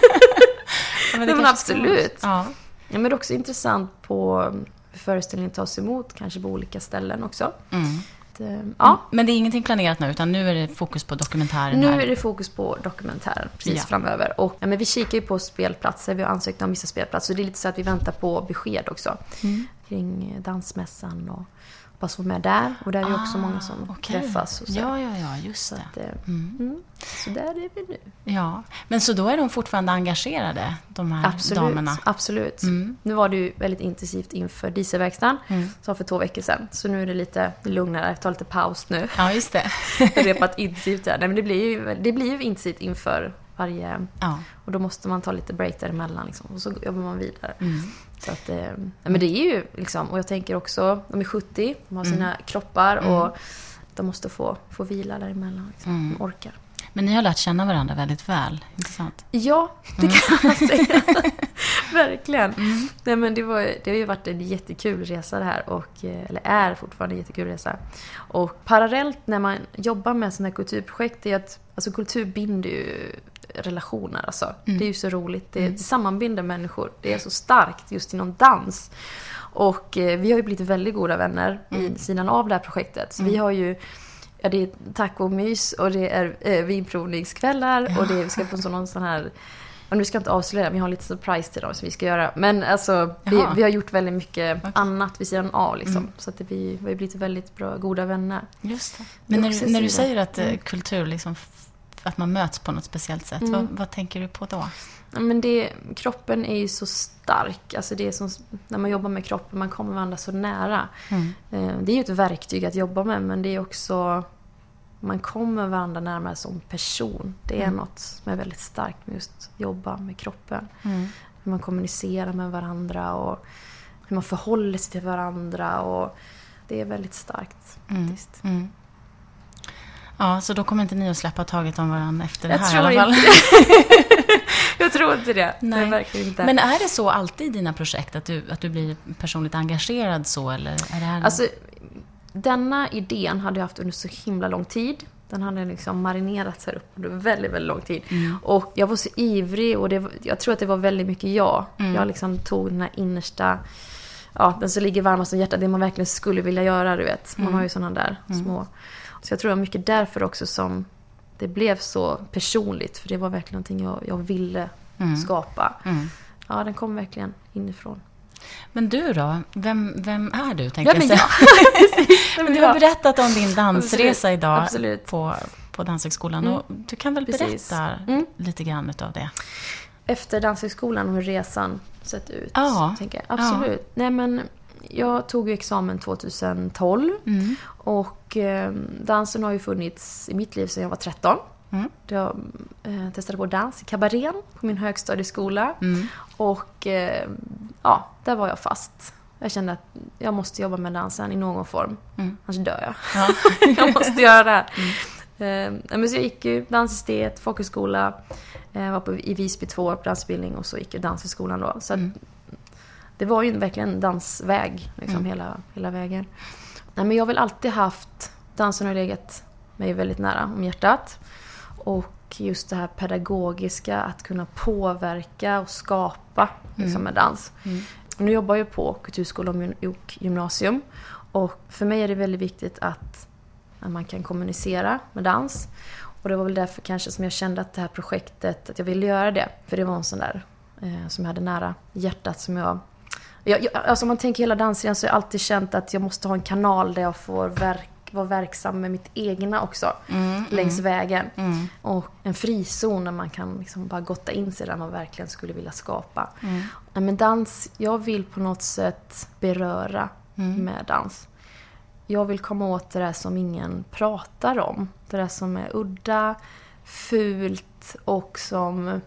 Ja, men, det men absolut. Ja. Ja, men det är också intressant på hur föreställningen tas emot, kanske på olika ställen också. Mm. Det, ja. Men det är ingenting planerat nu, utan nu är det fokus på dokumentären Nu här. är det fokus på dokumentären precis ja. framöver. Och, ja, men vi kikar ju på spelplatser, vi har ansökt om vissa spelplatser. Så det är lite så att vi väntar på besked också. Mm. Kring dansmässan och bara få med där. Och där är ju också ah, många som okay. träffas. Och så. Ja, ja, ja, just så det. Att, mm. Mm. Så där är vi nu. Ja, men så då är de fortfarande engagerade, de här absolut, damerna? Absolut. Mm. Nu var det ju väldigt intensivt inför Disaverkstan, mm. som för två veckor sedan. Så nu är det lite lugnare, ta lite paus nu. Ja, just det. Repat intensivt där. Nej, men det blir ju, det blir ju intensivt inför varje... Ja. Och då måste man ta lite break däremellan liksom, och så jobbar man vidare. Mm. Så att, eh, men det är ju liksom, och jag tänker också, de är sjuttio, de har sina mm. kroppar och mm. de måste få, få vila däremellan, liksom, mm. de orkar. Men ni har lärt känna varandra väldigt väl, inte sant? Ja, det mm. kan man säga. Verkligen. Mm. Nej, men det, var, det har ju varit en jättekul resa det här, och, eller är fortfarande en jättekul resa. Och parallellt när man jobbar med sådana här kulturprojekt är att alltså, kultur binder ju relationer. Alltså. Mm. Det är ju så roligt. Det, det sammanbinder människor. Det är så starkt just inom dans. Och eh, vi har ju blivit väldigt goda vänner mm. i sidan av det här projektet. Så mm. vi har ju ja, det är tacomys och det är eh, vinprovningskvällar ja. och det är, vi ska på en sån, sån här och nu ska jag inte avslöja, men vi har lite surprise till dem som vi ska göra. Men alltså, vi, vi har gjort väldigt mycket okay. annat vid sidan av liksom. Mm. Så att det blir, vi har blivit väldigt bra, goda vänner. Just det. Men när, du, när du säger att mm. kultur liksom, att man möts på något speciellt sätt, mm. vad, vad tänker du på då? Ja, men det, kroppen är ju så stark. Alltså det är som, när man jobbar med kroppen, man kommer varandra så nära. Mm. Det är ju ett verktyg att jobba med, men det är också, man kommer varandra närmare som person. Det är mm. något som är väldigt starkt med just jobba med kroppen. Mm. Hur man kommunicerar med varandra och hur man förhåller sig till varandra. Och det är väldigt starkt faktiskt. Mm. Mm. Ja, så då kommer inte ni att släppa taget om varandra efter jag det här i alla fall? Jag tror inte det. Nej. Det verkligen inte. Men är det så alltid i dina projekt att du, att du blir personligt engagerad så? Eller är det här... Alltså, denna idén hade jag haft under så himla lång tid. Den hade liksom marinerats här uppe under väldigt, väldigt lång tid. Mm. Och jag var så ivrig och det, jag tror att det var väldigt mycket jag. Mm. Jag liksom tog den här innersta, ja, den som ligger varmast om hjärtat, det man verkligen skulle vilja göra, du vet. Man mm. har ju sådana där mm. små. Så jag tror det var mycket därför också som det blev så personligt. För det var verkligen någonting jag, jag ville mm. skapa. Mm. Ja, den kom verkligen inifrån. Men du då? Vem, vem är du, tänkte ja, jag säga? Jag. Men du har berättat om din dansresa Absolut. idag Absolut. på, på Danshögskolan. Mm. Och du kan väl Precis. berätta mm. lite grann av det? Efter Danshögskolan, hur resan sett ut. Ja. Tänker jag. Absolut. Ja. Nej, men jag tog ju examen tjugohundratolv. Mm. Och eh, dansen har ju funnits i mitt liv sedan jag var tretton. Mm. Jag eh, testade på dans i Kabarén på min högstadieskola. Mm. Och eh, ja, där var jag fast. Jag kände att jag måste jobba med dansen i någon form. Mm. Annars dör jag. Ja. Jag måste göra det här. Mm. Eh, men så jag gick ju dansestet, folkhögskola. Eh, var på, i Visby två år på dansutbildning. Och så gick jag danshögskolan då. Så mm. att, det var ju verkligen en dansväg liksom, mm. hela, hela vägen. Nej, men jag har väl alltid haft, dansen har legat mig väldigt nära om hjärtat. Och just det här pedagogiska, att kunna påverka och skapa liksom, mm. med dans. Mm. Nu jobbar jag på kulturskola och gymnasium, och för mig är det väldigt viktigt att, att man kan kommunicera med dans. Och det var väl därför kanske som jag kände att det här projektet, att jag ville göra det. För det var en sån där eh, som jag hade nära hjärtat som jag... jag, jag alltså om man tänker hela dansen så har jag alltid känt att jag måste ha en kanal där jag får verk, vara verksam med mitt egna också. Mm, längs mm, vägen. Mm. Och en frizon där man kan liksom bara gotta in sig där man verkligen skulle vilja skapa. Mm. Men dans, jag vill på något sätt beröra mm. med dans. Jag vill komma åt det där som ingen pratar om. Det där som är udda, fult och som,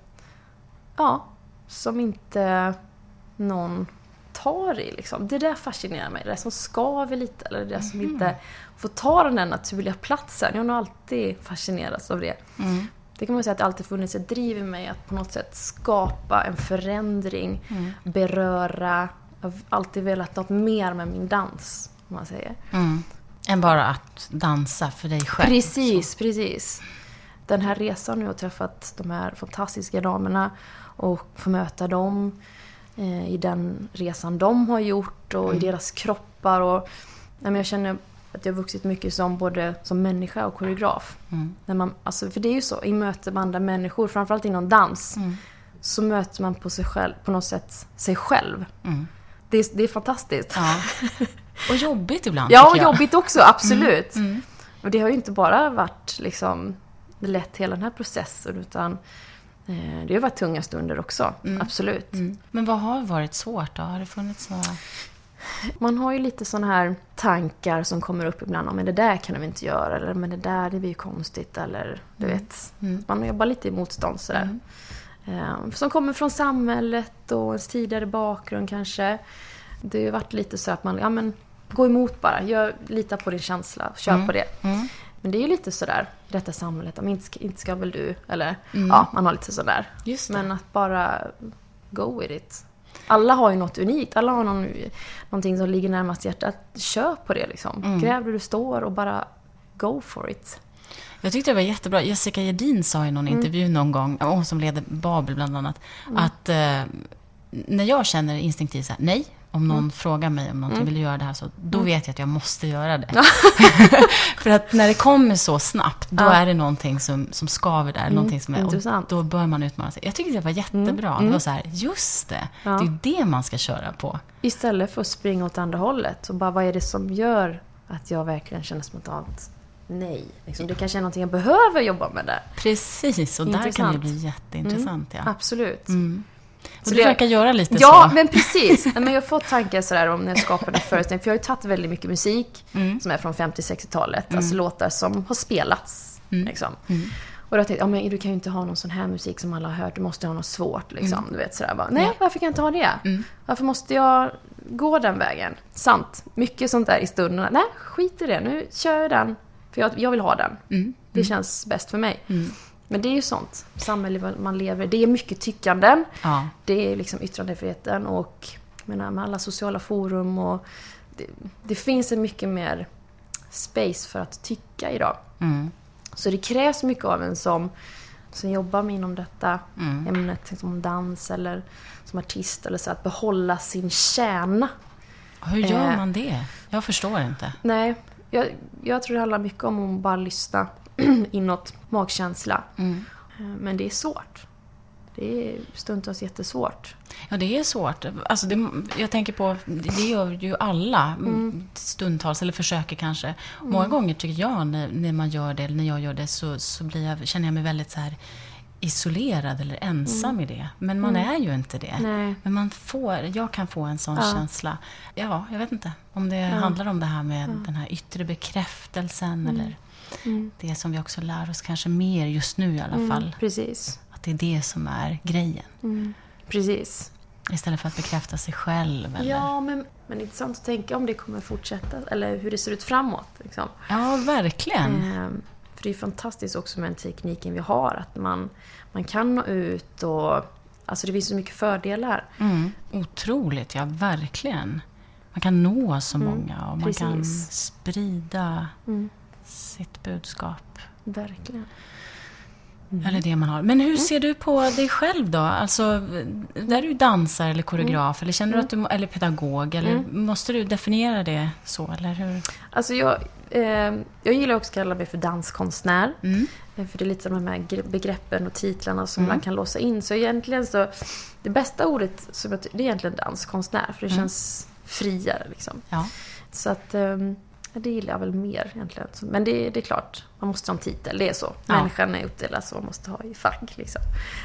ja, som inte någon tar i. Liksom. Det där fascinerar mig. Det där som skaver lite. Eller det där som mm. inte får ta den där naturliga platsen. Jag har nog alltid fascinerats av det. Mm. Det kan man säga att det alltid funnits ett driv i mig att på något sätt skapa en förändring. Mm. Beröra. Jag har alltid velat något mer med min dans. Man säger. Mm. Än bara att dansa för dig själv. Precis, så. precis. Den här resan nu har träffat de här fantastiska damerna och få möta dem eh, i den resan de har gjort och mm. i deras kroppar. Och, nej, men jag känner att jag har vuxit mycket som både som människa och koreograf. Mm. När man, alltså, för det är ju så, i möte med andra människor, framförallt inom dans, mm. så möter man på sig själv, på något sätt sig själv. Mm. Det, är, det är fantastiskt. Ja. Och jobbigt ibland. Ja, och jobbigt också, absolut. Mm. Mm. Och det har ju inte bara varit liksom lätt hela den här processen, utan eh, det har varit tunga stunder också, mm. absolut. Mm. Men vad har varit svårt då? Har det funnits några... Man har ju lite såna här tankar som kommer upp ibland om, men det där kan de inte göra, eller men det där, det blir ju konstigt, eller du mm. vet. Mm. Man jobbar lite i motstånd sådär. Mm. Eh, som kommer från samhället och ens tidigare bakgrund kanske. Det har ju varit lite så att man, ja men, gå emot bara. Gör, lita på din känsla. Kör mm. på det. Mm. Men det är ju lite sådär i detta samhället. Om inte, ska, inte ska väl du. Eller mm. ja, man har lite sådär. Just det. Men att bara go with it. Alla har ju något unikt. Alla har någon, någonting som ligger närmast hjärtat. Kör på det liksom. Mm. Gräv där du står och bara go for it. Jag tyckte det var jättebra. Jessica Jedin sa i någon mm. intervju någon gång, hon som leder Babel bland annat, mm. att eh, när jag känner instinktivt så här, nej, om någon mm. frågar mig om någonting mm. vill göra det här, så då mm. vet jag att jag måste göra det. För att när det kommer så snabbt, då ja. är det någonting som, som skaver där. Mm. Någonting som är, och då bör man utmana sig. Jag tyckte det var jättebra. Mm. Det var så här, just det. Ja. Det är det man ska köra på. Istället för att springa åt andra hållet. Och bara, vad är det som gör att jag verkligen känner spontant nej? Liksom, det kanske är någonting jag behöver jobba med där. Precis, och intressant. Där kan det bli jätteintressant. Mm. Ja. Absolut. Mm. Så, så du försöker göra lite ja, så? Ja, men precis. Men jag har fått tankar sådär om när jag skapade föreställning. För jag har ju tagit väldigt mycket musik mm. som är från femtio-sextiotalet. Mm. Alltså låtar som har spelats. Mm. Liksom. Mm. Och då tänkte jag, ja, men du kan ju inte ha någon sån här musik som alla har hört. Du måste ha något svårt. Liksom. Mm. Du vet, sådär. Bara, nej, varför kan jag inte ha det? Mm. Varför måste jag gå den vägen? Sant. Mycket sånt där i stunden. Nej, skit i det. Nu kör jag den. För jag, jag vill ha den. Mm. Det känns bäst för mig. Mm. Men det är ju sånt samhälle man lever. Det är mycket tyckanden. Ja. Det är liksom yttrandefriheten och menar, med alla sociala forum. Och det, det finns en mycket mer space för att tycka idag. Mm. Så det krävs mycket av en som, som jobbar inom detta mm. ämnet, som dans eller som artist. Eller så, att behålla sin kärna. Hur gör man det? Jag förstår inte. Nej, jag, jag tror det handlar mycket om att bara lyssna inåt, magkänsla. Mm. Men det är svårt. Det är stundtals jättesvårt. Ja, det är svårt. Alltså det, jag tänker på, det gör ju alla mm. stundtals, eller försöker kanske. Mm. Många gånger tycker jag när, när man gör det, eller när jag gör det, så, så blir jag, känner jag mig väldigt så här isolerad eller ensam mm. i det. Men man mm. är ju inte det. Nej. Men man får, jag kan få en sån ja. känsla. Ja, jag vet inte om det ja. handlar om det här med ja. den här yttre bekräftelsen mm. eller mm. det som vi också lär oss kanske mer just nu i alla mm. fall. Precis. Att det är det som är grejen. Mm. Precis. Istället för att bekräfta sig själv. Eller? Ja, men, men det är intressant att tänka om det kommer fortsätta. Eller hur det ser ut framåt. Liksom. Ja, verkligen. Ehm, för det är fantastiskt också med den tekniken vi har. Att man, man kan nå ut och... Alltså det finns så mycket fördelar. Mm. Otroligt, ja, verkligen. Man kan nå så många. Och man Precis. kan sprida mm. sitt budskap. Verkligen. Mm. Eller det man har. Men hur mm. ser du på dig själv då? Alltså, där du dansar eller koreograf, mm. eller känner du att du, eller pedagog, eller mm. måste du definiera det så, eller hur? Alltså jag, eh, jag gillar också att kalla mig för danskonstnär. Mm. För det är lite som de här begreppen och titlarna som mm. man kan låsa in. Så egentligen så, det bästa ordet som jag, det är egentligen danskonstnär, för det mm. känns friare liksom. Ja. Så att... Eh, det gillar jag väl mer egentligen. Men det, det är klart, man måste ha en titel. Det är så. Ja. Människan är uppdelad så man måste ha i fack liksom.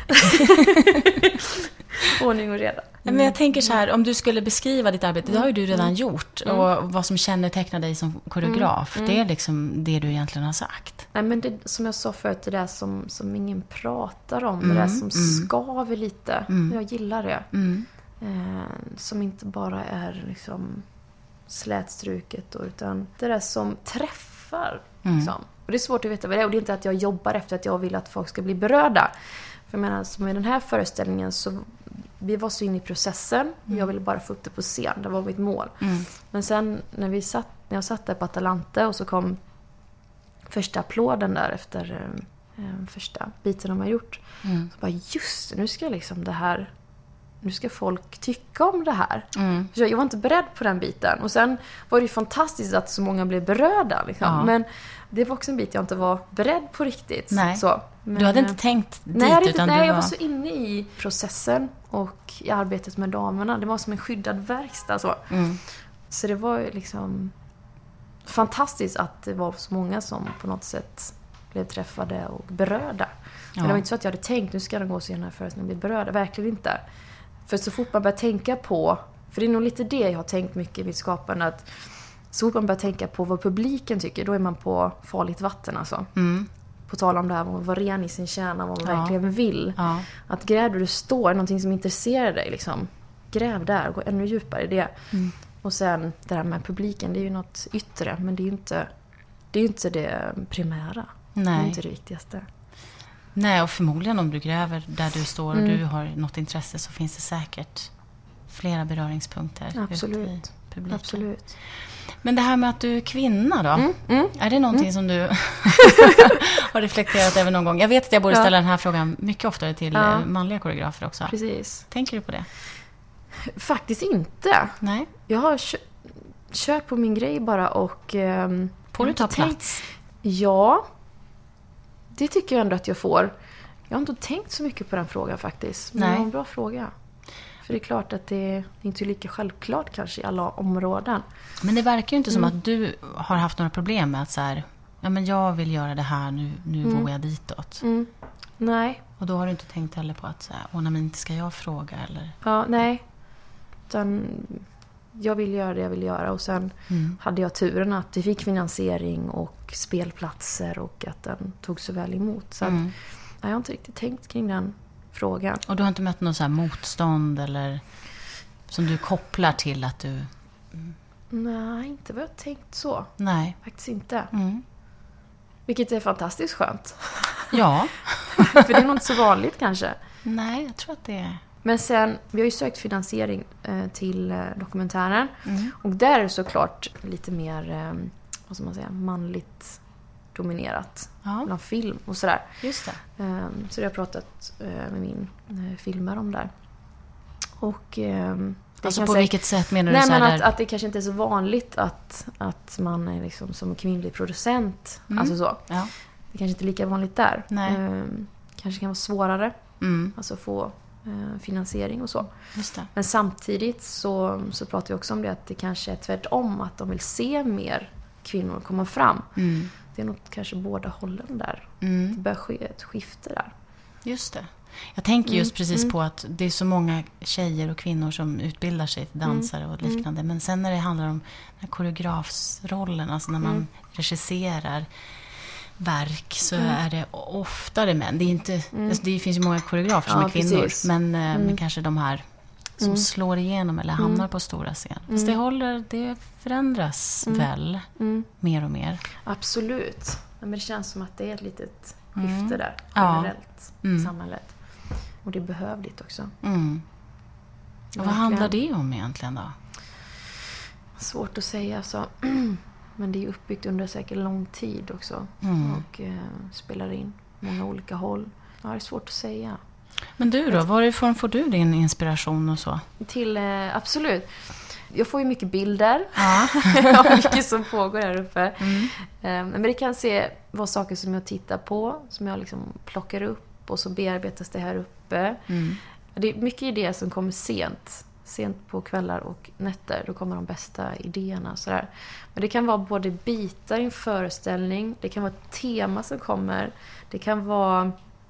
Ordning och reda. Mm. Men jag tänker så här, om du skulle beskriva ditt arbete, det har ju du redan mm. gjort. Mm. Och vad som kännetecknar dig som koreograf, mm. det är liksom det du egentligen har sagt. Nej, men det, som jag sa förut, det där som, som ingen pratar om. Mm. Det där som mm. skaver lite. Mm. Jag gillar det. Mm. Eh, som inte bara är liksom... slätstruket då, utan det där som träffar mm. liksom. Och det är svårt att veta vad det är, och det är inte att jag jobbar efter att jag vill att folk ska bli berörda. För jag menar, som i den här föreställningen så vi var så inne i processen mm. jag ville bara få upp det på scen, det var mitt mål. Mm. Men sen när vi satt, när jag satt där på Atalante och så kom första applåden där efter eh, första biten de har gjort mm. så bara just nu ska liksom det här nu ska folk tycka om det här. Mm. Jag var inte beredd på den biten. Och sen var det ju fantastiskt att så många blev berörda. Liksom. Ja. Men det var också en bit jag inte var beredd på riktigt. Nej. Så, men, du hade inte tänkt dit? Nej, inte, utan nej du var... jag var så inne i processen och i arbetet med damerna. Det var som en skyddad verkstad. Så, mm. så det var ju liksom fantastiskt att det var så många som på något sätt blev träffade och berörda. Ja. Men det var inte så att jag hade tänkt, nu ska de gå och se den här föreställningen och bli berörda. Verkligen inte. För så fort man börjar tänka på, för det är nog lite det jag har tänkt mycket i mitt skapande, att så fort man börjar tänka på vad publiken tycker, då är man på farligt vatten alltså. Mm. På tal om det här, vad man var ren i sin kärna, vad man ja. verkligen vill. Ja. Att gräv där du står, någonting som intresserar dig liksom. Gräv där, gå ännu djupare i det. Mm. Och sen det här med publiken, det är ju något yttre, men det är ju inte det, är ju inte det primära. Nej. Det är inte det viktigaste. Nej, och förmodligen om du gräver där du står och mm. du har något intresse så finns det säkert flera beröringspunkter. Absolut. Ute i publiken. Absolut. Men det här med att du är kvinna då, mm. Mm. är det någonting mm. som du har reflekterat över någon gång? Jag vet att jag borde ställa ja. den här frågan mycket oftare till ja. manliga koreografer också. Precis. Tänker du på det? Faktiskt inte. Nej. Jag har kö- kört på min grej bara och... Um, får du ta plats? Tänkt... Ja. Det tycker jag ändå att jag får. Jag har inte tänkt så mycket på den frågan faktiskt. Men Nej. det var en bra fråga. För det är klart att det är inte lika självklart kanske i alla områden. Men det verkar ju inte mm. som att du har haft några problem med att så här, ja men jag vill göra det här, nu, nu mm. går jag ditåt. Mm. Nej. Och då har du inte tänkt heller på att så här, åh nej, men inte ska jag fråga eller? Ja, nej. Utan jag vill göra det jag vill göra. Och sen mm. hade jag turen att vi fick finansiering och spelplatser och att den tog så väl emot. Så mm. att, jag har inte riktigt tänkt kring den frågan. Och du har inte mött något så här motstånd eller som du kopplar till att du... Mm. Nej, inte vad jag tänkt så. Nej. Faktiskt inte. Mm. Vilket är fantastiskt skönt. Ja. För det är nog inte så vanligt kanske. Nej, jag tror att det är... Men sen, vi har ju sökt finansiering eh, till eh, dokumentären. Mm. Och där är det såklart lite mer, eh, vad ska man säga, manligt dominerat. Ja. Bland film och sådär. Just det. Eh, så det har jag pratat eh, med min eh, filmer om där. Och... Eh, alltså på säga, vilket sätt menar du nej, så här men att, där? att det kanske inte är så vanligt att, att man är liksom som kvinnlig producent. Mm. Alltså så. Ja. Det kanske inte är lika vanligt där. Nej. Eh, kanske kan vara svårare. Mm. Alltså få... finansiering och så. Just det. Men samtidigt så, så pratar vi också om det att det kanske är tvärtom, att de vill se mer kvinnor komma fram. Mm. Det är nog kanske båda hållen där. Mm. Det bör ske ett skifte där. Just det. Jag tänker just mm. precis mm. på att det är så många tjejer och kvinnor som utbildar sig till dansare mm. och liknande. Men sen när det handlar om den här koreografsrollen, alltså när man mm. regisserar verk, så mm. är det oftare män. Det, är inte, mm. alltså det finns ju många koreografer som ja, är kvinnor. Precis. Men, mm. men kanske de här som mm. slår igenom eller hamnar mm. på stora scen. Mm. Så det, håller, det förändras mm. väl mm. mer och mer. Absolut. Men det känns som att det är ett litet skifte mm. där. Generellt ja. mm. i samhället. Och det är behövligt också. Mm. Och vad handlar det om egentligen då? Svårt att säga så. Men det är uppbyggt under säkert lång tid också. Mm. Och eh, spelar in. många olika håll. Ja, det är svårt att säga. Men du då, varifrån får du din inspiration och så? Till, eh, absolut. Jag får ju mycket bilder. Ja. Jag har mycket som pågår här uppe. Mm. Eh, men det kan se vara saker som jag tittar på, som jag liksom plockar upp och så bearbetas det här uppe. Mm. Det är mycket idéer som kommer sent. Sent på kvällar och nätter. Då kommer de bästa idéerna. Sådär. Men det kan vara både bitar i en föreställning. Det kan vara ett tema som kommer. Det kan vara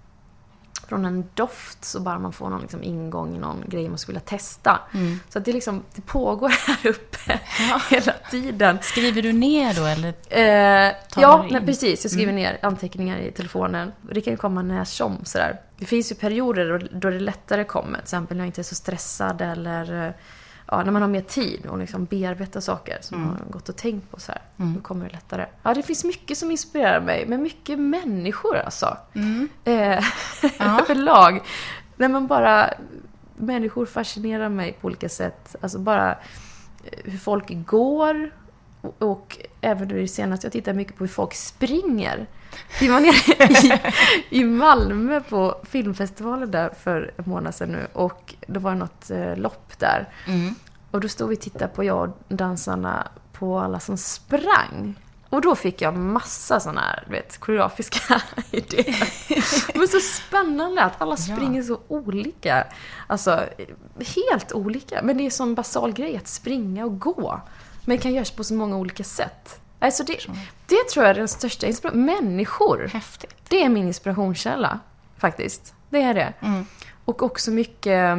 från en doft så bara man får någon liksom ingång i någon grej man skulle vilja testa. Mm. Så att det, liksom, det pågår här uppe ja. hela tiden. Skriver du ner då? Eller eh, ja, nej, precis. Jag skriver mm. ner anteckningar i telefonen. Det kan ju komma när som sådär. Det finns ju perioder då, då det lättare kommer. Till exempel när jag inte är så stressad eller ja, när man har mer tid och liksom bearbeta saker som mm. man har gått och tänkt på så här. Mm. Då kommer det lättare. Ja, det finns mycket som inspirerar mig. Men mycket människor alltså. Mm. Eh, ja. Överlag. När man bara... Människor fascinerar mig på olika sätt. Alltså bara hur folk går. Och, och även det senaste jag tittar mycket på hur folk springer. Vi var nere i, i Malmö på filmfestivalen där för en månad sedan nu. Och då var det något eh, lopp där. Mm. Och då stod vi och tittade på jag och dansarna på alla som sprang. Och då fick jag massa sådana här, du vet, koreografiska idéer. Men så spännande att alla springer ja. så olika. Alltså, helt olika. Men det är som basal grej att springa och gå. Men det kan göras på så många olika sätt. Alltså det, det tror jag är den största inspirationen. Människor. Häftigt. Det är min inspirationskälla, faktiskt. Det är det. Mm. Och också mycket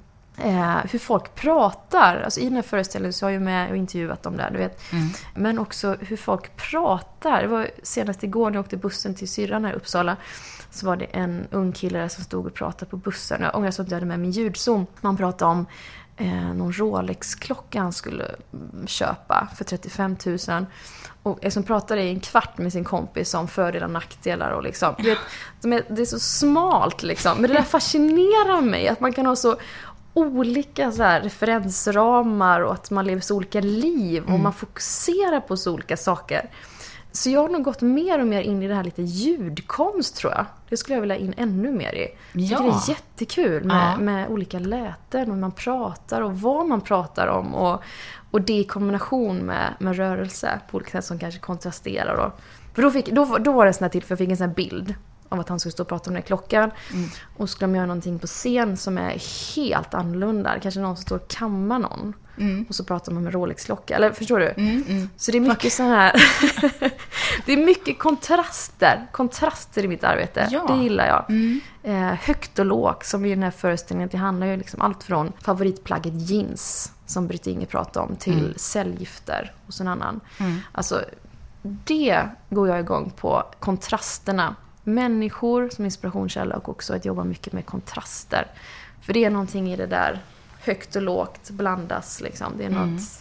eh, hur folk pratar. Alltså i den här föreställningen så har jag med och intervjuat dem där, du vet. Mm. Men också hur folk pratar. Det var senast igår när jag åkte bussen till syrran här i Uppsala. Så var det en ung kille som stod och pratade på bussen. Jag ångrar så att jag hade med min ljudzon. Man pratade om Eh, någon Rolex-klocka han skulle köpa för trettiofem tusen. Och som pratade i en kvart med sin kompis om fördelar och nackdelar. Och liksom, du vet, de är, det är så smalt liksom. Men det där fascinerar mig. Att man kan ha så olika så här, referensramar. Och att man lever så olika liv. Mm. Och man fokuserar på så olika saker. Så jag har nog gått mer och mer in i det här lite ljudkonst, tror jag. Det skulle jag vilja in ännu mer i. Jag tycker ja. det är jättekul med, ja. med olika läten och man pratar och vad man pratar om. Och, och det i kombination med, med rörelse på olika sätt som kanske kontrasterar. Då. För då, fick, då, då var det sån här till, för jag fick en sån här bild av att han skulle stå och prata om den här klockan. Mm. Och skulle de göra någonting på scen som är helt annorlunda. Kanske någon som står och kammar någon. Mm. Och så pratar man med Rolex-klocka. Eller förstår du? Mm, mm. Så det är mycket så här... det är mycket kontraster. Kontraster i mitt arbete. Ja. Det gillar jag. Mm. Eh, högt och lågt, som i den här föreställningen. Det handlar ju liksom allt från favoritplagget jeans, som Britt Inge pratade om, till mm. cellgifter hos en annan. Mm. Alltså, det går jag igång på. Kontrasterna. Människor som inspirationskälla och också att jobba mycket med kontraster. För det är någonting i det där högt och lågt blandas liksom. Det är mm. något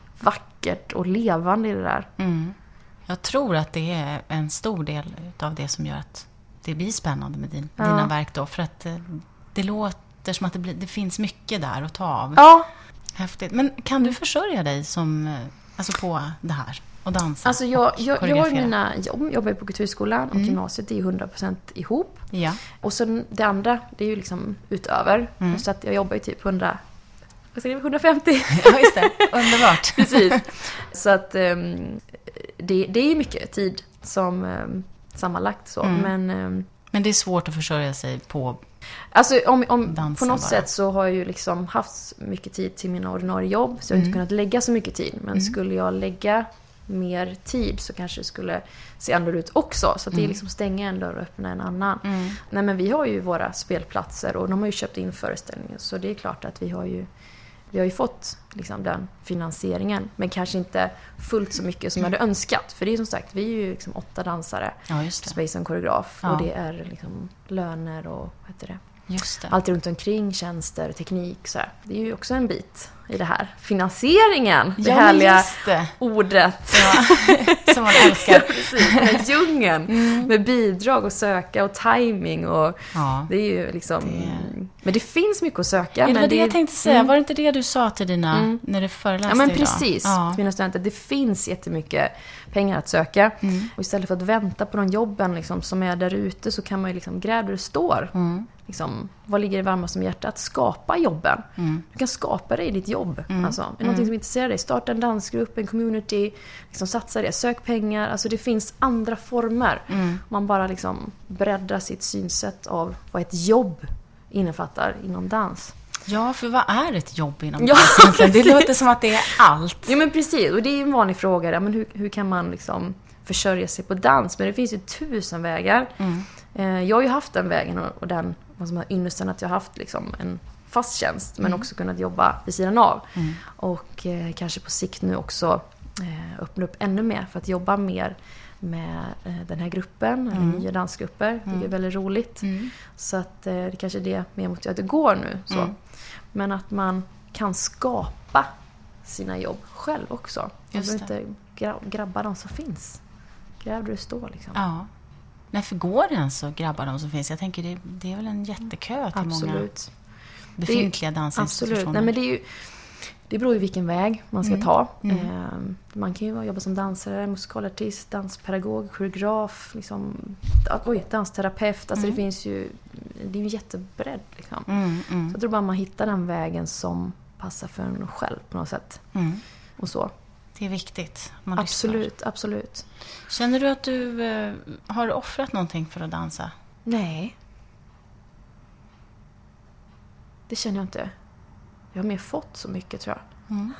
vackert och levande i det där. Mm. Jag tror att det är en stor del av det som gör att det blir spännande med din, ja. dina verk då. För att det låter som att det, blir, det finns mycket där att ta av. Ja. Häftigt. Men kan du försörja dig som, alltså på det här? Och dansa. Alltså jag, jag, jag har mina jobb, jobbar på kulturskolan och mm. gymnasiet är ju hundra procent ihop. Ja. Och så det andra, det är ju liksom utöver. Mm. Så att jag jobbar ju typ hundra, vad ska det, hundrafemtio. Ja, just det. Underbart. Precis. Så att um, det, det är ju mycket tid som um, sammanlagt så. Mm. Men, um, Men det är svårt att försörja sig på Alltså om, om på något bara. sätt så har jag ju liksom haft mycket tid till mina ordinarie jobb. Så jag har mm. inte kunnat lägga så mycket tid. Men mm. skulle jag lägga mer tid så kanske det skulle se annorlunda ut också. Så att det är liksom stänga en dörr och öppna en annan. Mm. Nej, men vi har ju våra spelplatser och de har ju köpt in föreställningen. Så det är klart att vi har ju vi har ju fått liksom den finansieringen. Men kanske inte fullt så mycket som jag hade önskat. För det är som sagt, vi är ju liksom åtta dansare. Ja, just det. Space och koreograf. Ja. Och det är liksom löner och vad heter det? Just det. Allt runt omkring, tjänster, teknik. Så här. Det är ju också en bit i det här. Finansieringen, det ja, härliga det. ordet. Ja, som man älskar. Precis, den här djungeln mm. med bidrag och söka och timing och ja, det är ju liksom... det... Men det finns mycket att söka. Ja, det men var det det jag tänkte säga. Mm. Var det inte det du sa till dina, mm. när du föreläste Ja, men idag? precis. Ja. Mina studenter, det finns jättemycket pengar att söka. Mm. Och istället för att vänta på de jobben liksom, som är där ute så kan man ju liksom gräva där du står. Mm. Liksom, vad ligger det varmast om hjärtat? Att skapa jobben. Mm. Du kan skapa det i ditt jobb. Mm. Alltså, är det mm. någonting som intresserar dig? Starta en dansgrupp, en community. Liksom, satsa det. Sök pengar. Alltså, det finns andra former. Mm. Man bara liksom breddar sitt synsätt av vad ett jobb innefattar inom dans. Ja, för vad är ett jobb inom ja, dans egentligen? Det låter som att det är allt. Ja, men precis. Och det är en vanlig fråga. Ja, men hur, hur kan man liksom försörja sig på dans? Men det finns ju tusen vägar. Mm. Eh, jag har ju haft den vägen och, och den vad som har ynnesten att jag har haft liksom en fast tjänst. Men mm. också kunnat jobba vid sidan av. Mm. Och eh, kanske på sikt nu också eh, öppna upp ännu mer för att jobba mer med eh, den här gruppen. Mm. Eller nya dansgrupper. Det är mm. väldigt roligt. Mm. Så att eh, det kanske är det mer mot att det går nu. Så. Mm. Men att man kan skapa sina jobb själv också. Man behöver inte gra- grabba de som finns. Gräv där du står liksom. Ja. Nej, för går det ens att grabba de som finns? Jag tänker det, det är väl en jättekö till absolut. många befintliga dansinstitutioner. Absolut. Nej, men det är ju det beror ju vilken väg man ska mm. ta. Mm. Eh, man kan ju jobba som dansare, musikalartist, danspedagog, koreograf, liksom, oj, dansterapeut. Alltså mm. det finns ju, det är ju jättebredd liksom. Mm, mm. Så jag tror bara man hittar den vägen som passar för en själv på något sätt. Mm. Och så. Det är viktigt. Man absolut, lyssnar. absolut. Känner du att du eh, har offrat någonting för att dansa? Nej. Det känner jag inte. Jag har mer fått så mycket, tror jag. Mm.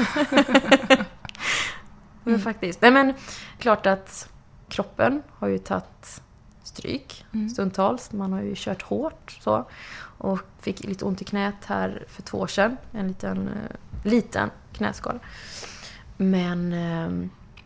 men mm. faktiskt. Nej, men klart att kroppen har ju tagit stryk mm. stundtals. Man har ju kört hårt så. Och fick lite ont i knät här för två år sedan. En liten, uh, liten knäskada. Men uh,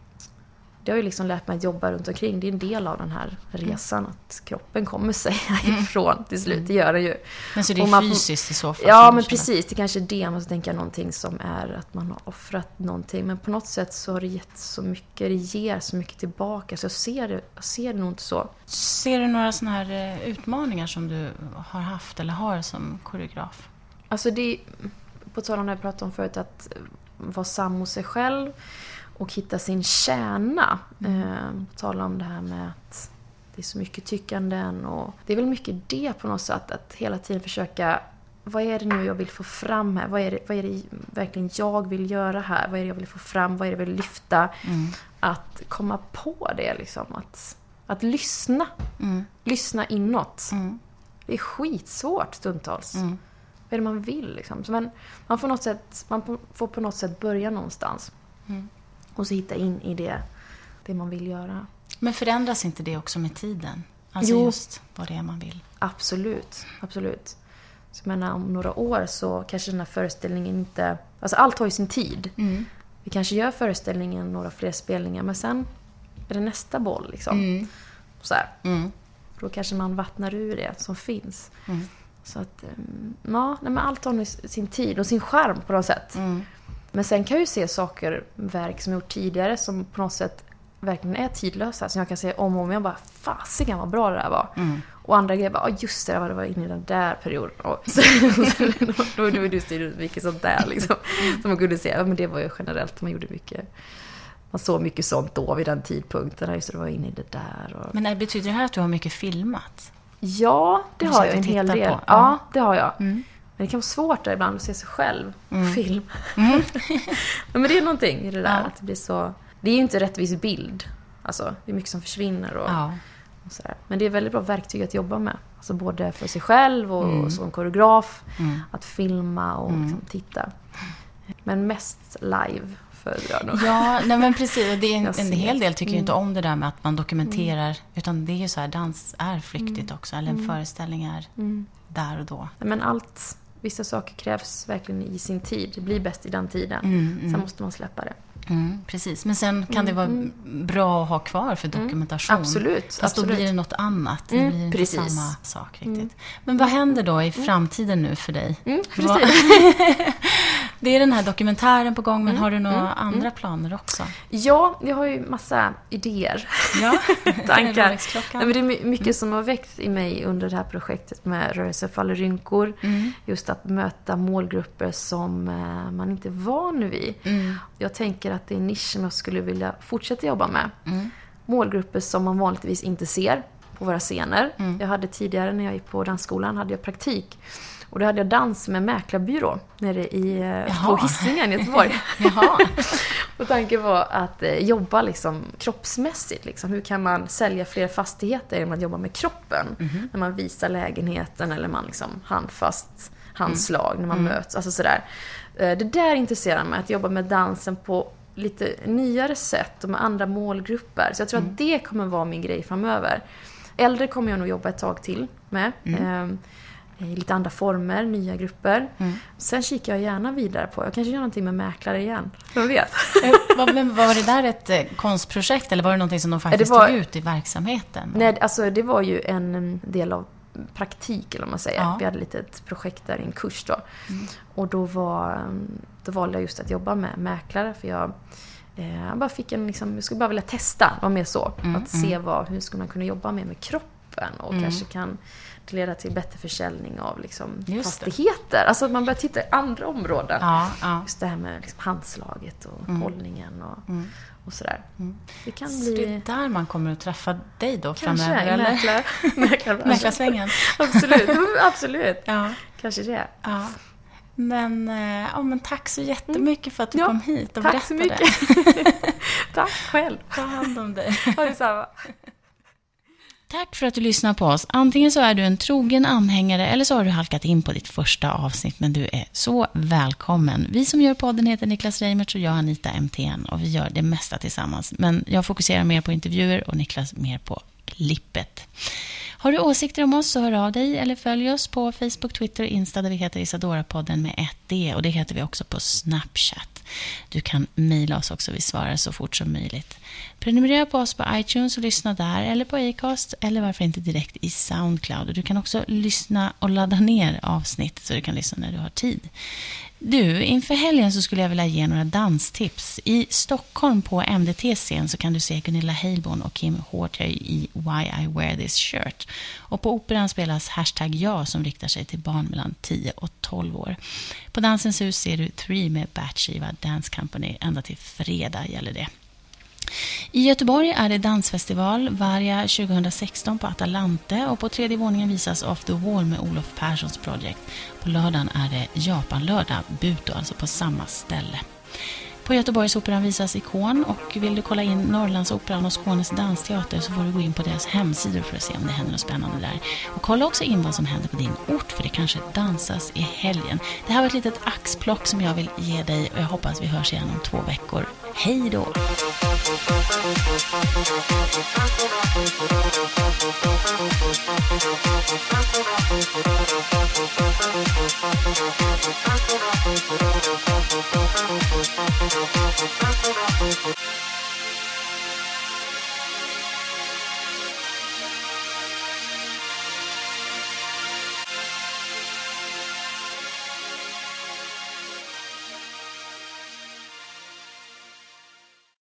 det har ju liksom lärt mig att jobba runt omkring. Det är en del av den här resan. Mm. Att kroppen kommer sig ifrån till slut. Mm. Det gör den ju. Men så det är man, fysiskt i så fall? Ja, men precis. Det kanske är det. Man ska tänka någonting som är att man har offrat någonting. Men på något sätt så har det gett så mycket. Det ger så mycket tillbaka. Så jag ser det, jag ser det nog inte så. Ser du några såna här utmaningar som du har haft eller har som koreograf? Alltså det, på tal om det jag pratade om förut, att vara sann mot sig själv och hitta sin kärna. Mm. Eh, tala om det här med att det är så mycket tyckanden. Och det är väl mycket det på något sätt. Att hela tiden försöka, vad är det nu jag vill få fram här? Vad är det, vad är det verkligen jag vill göra här? Vad är det jag vill få fram? Vad är det jag vill lyfta? Mm. Att komma på det liksom. Att, att lyssna. Mm. Lyssna inåt. Mm. Det är skitsvårt stundtals. Mm. Vad är det man vill liksom? Så man, man, får något sätt, man får på något sätt börja någonstans. Mm. Och så hitta in i det, det man vill göra. Men förändras inte det också med tiden? Alltså jo. Just vad det är man vill. Absolut, absolut. Så jag menar, om några år så kanske den här föreställningen inte... Alltså allt har ju sin tid. Mm. Vi kanske gör föreställningen några fler spelningar, men sen är det nästa boll liksom. Mm. Så här. Mm. Då kanske man vattnar ur det som finns. Mm. Så att, ja, nej, men allt har sin tid och sin charm på något sätt. Mm. Men sen kan jag ju se saker, verk som jag gjort tidigare som på något sätt verkligen är tidlösa. Så jag kan säga om och om igen bara, fasiken vad bra det där var. Mm. Och andra grejer bara, just det, det var inne i den där perioden. Och så, då var det just mycket sånt där liksom. Som man kunde säga, men det var ju generellt, man gjorde mycket. Man såg mycket sånt då vid den tidpunkten. Så det var inne i det där. Och... Men betyder det här att du har mycket filmat? Ja, det har jag en hel del. På. Ja, det har jag. Mm. Men det kan vara svårt där ibland att se sig själv på mm. film. Mm. Men det är någonting i det där. Ja. Att det blir så... Det är ju inte rättvis bild. Alltså, det är mycket som försvinner. Och, ja. och så där. Men det är väldigt bra verktyg att jobba med. Alltså både för sig själv och, mm. och som koreograf. Mm. Att filma och mm. liksom, titta. Men mest live. Ja, nej men precis. Det är en, en hel del tycker mm. inte om det där med att man dokumenterar. Mm. Utan det är ju så här, dans är flyktigt mm. också. Eller en mm. föreställning är mm. där och då. Men allt, vissa saker krävs verkligen i sin tid. Det blir bäst i den tiden. Mm, mm. Sen måste man släppa det. Mm, precis, men sen kan mm, det vara mm. bra att ha kvar för dokumentation. Mm, absolut. Fast absolut. då blir det något annat. Det mm, blir inte precis. samma sak riktigt. Mm. Men vad händer då i framtiden nu för dig? Mm, precis. Det är den här dokumentären på gång, men Mm, har du några mm, andra mm. planer också? Ja, jag har ju massa idéer. Ja, Tankar. Rolex-klockan. Nej, men det är my- mycket som har växt i mig under det här projektet med Rörelse faller rynkor. Mm. Just att möta målgrupper som eh, man inte är van vid. Mm. Jag tänker att det är en nisch som jag skulle vilja fortsätta jobba med. Mm. Målgrupper som man vanligtvis inte ser på våra scener. Mm. Jag hade tidigare när jag gick på dansskolan hade jag praktik. Och då hade jag dans med mäklarbyrå nere i, eh, på Hisingen i Göteborg. Jaha. Och tanken var att eh, jobba liksom kroppsmässigt. Liksom. Hur kan man sälja fler fastigheter genom att jobba med kroppen? Mm-hmm. När man visar lägenheten eller man liksom handfast handslag när man Mm. möts. Alltså sådär. Eh, det där intresserar mig, att jobba med dansen på lite nyare sätt och med andra målgrupper. Så jag tror Mm. att det kommer vara min grej framöver. Äldre kommer jag nog jobba ett tag till med. Mm. Eh, i lite andra former, nya grupper. Mm. Sen kikar jag gärna vidare på. Jag kanske gör någonting med mäklare igen. Vem vet? Vad- Men var det där ett eh, konstprojekt eller var det någonting som de faktiskt Det var- tog ut i verksamheten? Nej, alltså det var ju en del av praktik, eller vad man säger. Ja. Vi hade lite ett projekt där i en kurs då. Mm. Och då, var, då valde jag just att jobba med mäklare. För jag, eh, jag bara fick en, liksom, jag skulle bara vilja testa, det var mer så. Mm, att se vad, hur skulle man kunna jobba mer med kroppen. Och Mm. kanske kan det leda till bättre försäljning av liksom, Just det. fastigheter. Alltså att man börjar titta i andra områden. Ja, ja. Just det här med liksom handslaget och Mm. hållningen och, Mm. och sådär. Mm. Det kan Så det bli... är där man kommer att träffa dig då Kanske, framöver, eller? mäklar, mäklarbranschen. Mäklarsvängen. Absolut, absolut. Ja, Kanske det. ja. Men, eh, ja, men tack så jättemycket för att du Ja, kom hit och tack så berättade. mycket. Tack själv. Ta hand om dig. Ha detsamma. Tack för att du lyssnar på oss. Antingen så är du en trogen anhängare eller så har du halkat in på ditt första avsnitt, men du är så välkommen. Vi som gör podden heter Niklas Reimertz och jag Anita M T N och vi gör det mesta tillsammans. Men jag fokuserar mer på intervjuer och Niklas mer på klippet. Har du åsikter om oss så hör av dig eller följ oss på Facebook, Twitter och Insta där vi heter Isadora-podden med ett D och det heter vi också på Snapchat. Du kan mejla oss också, vi svarar så fort som möjligt. Prenumerera på oss på iTunes och lyssna där eller på Acast eller varför inte direkt i Soundcloud. Och du kan också lyssna och ladda ner avsnitt så du kan lyssna när du har tid. Du, inför helgen så skulle jag vilja ge några danstips. I Stockholm på M D T-scen så kan du se Gunilla Heilborn och Kim Hårtøy i Why I Wear This Shirt. Och på operan spelas Hashtag Ja som riktar sig till barn mellan tio och tolv år. På Dansens hus ser du Three med Batsheva Dance Company. Ända till fredag gäller det. I Göteborg är det dansfestival Varja tjugohundrasexton på Atalante och på tredje våningen visas Off the Wall med Olof Perssons projekt. På lördagen är det Japan-lördag, Buto, alltså på samma ställe. På Göteborgsoperan visas Ikon och vill du kolla in Norrlandsoperan och Skånes dansteater så får du gå in på deras hemsidor för att se om det händer något spännande där. Och kolla också in vad som händer på din ort för det kanske dansas i helgen. Det här var ett litet axplock som jag vill ge dig och jag hoppas vi hörs igen om två veckor. Hej då!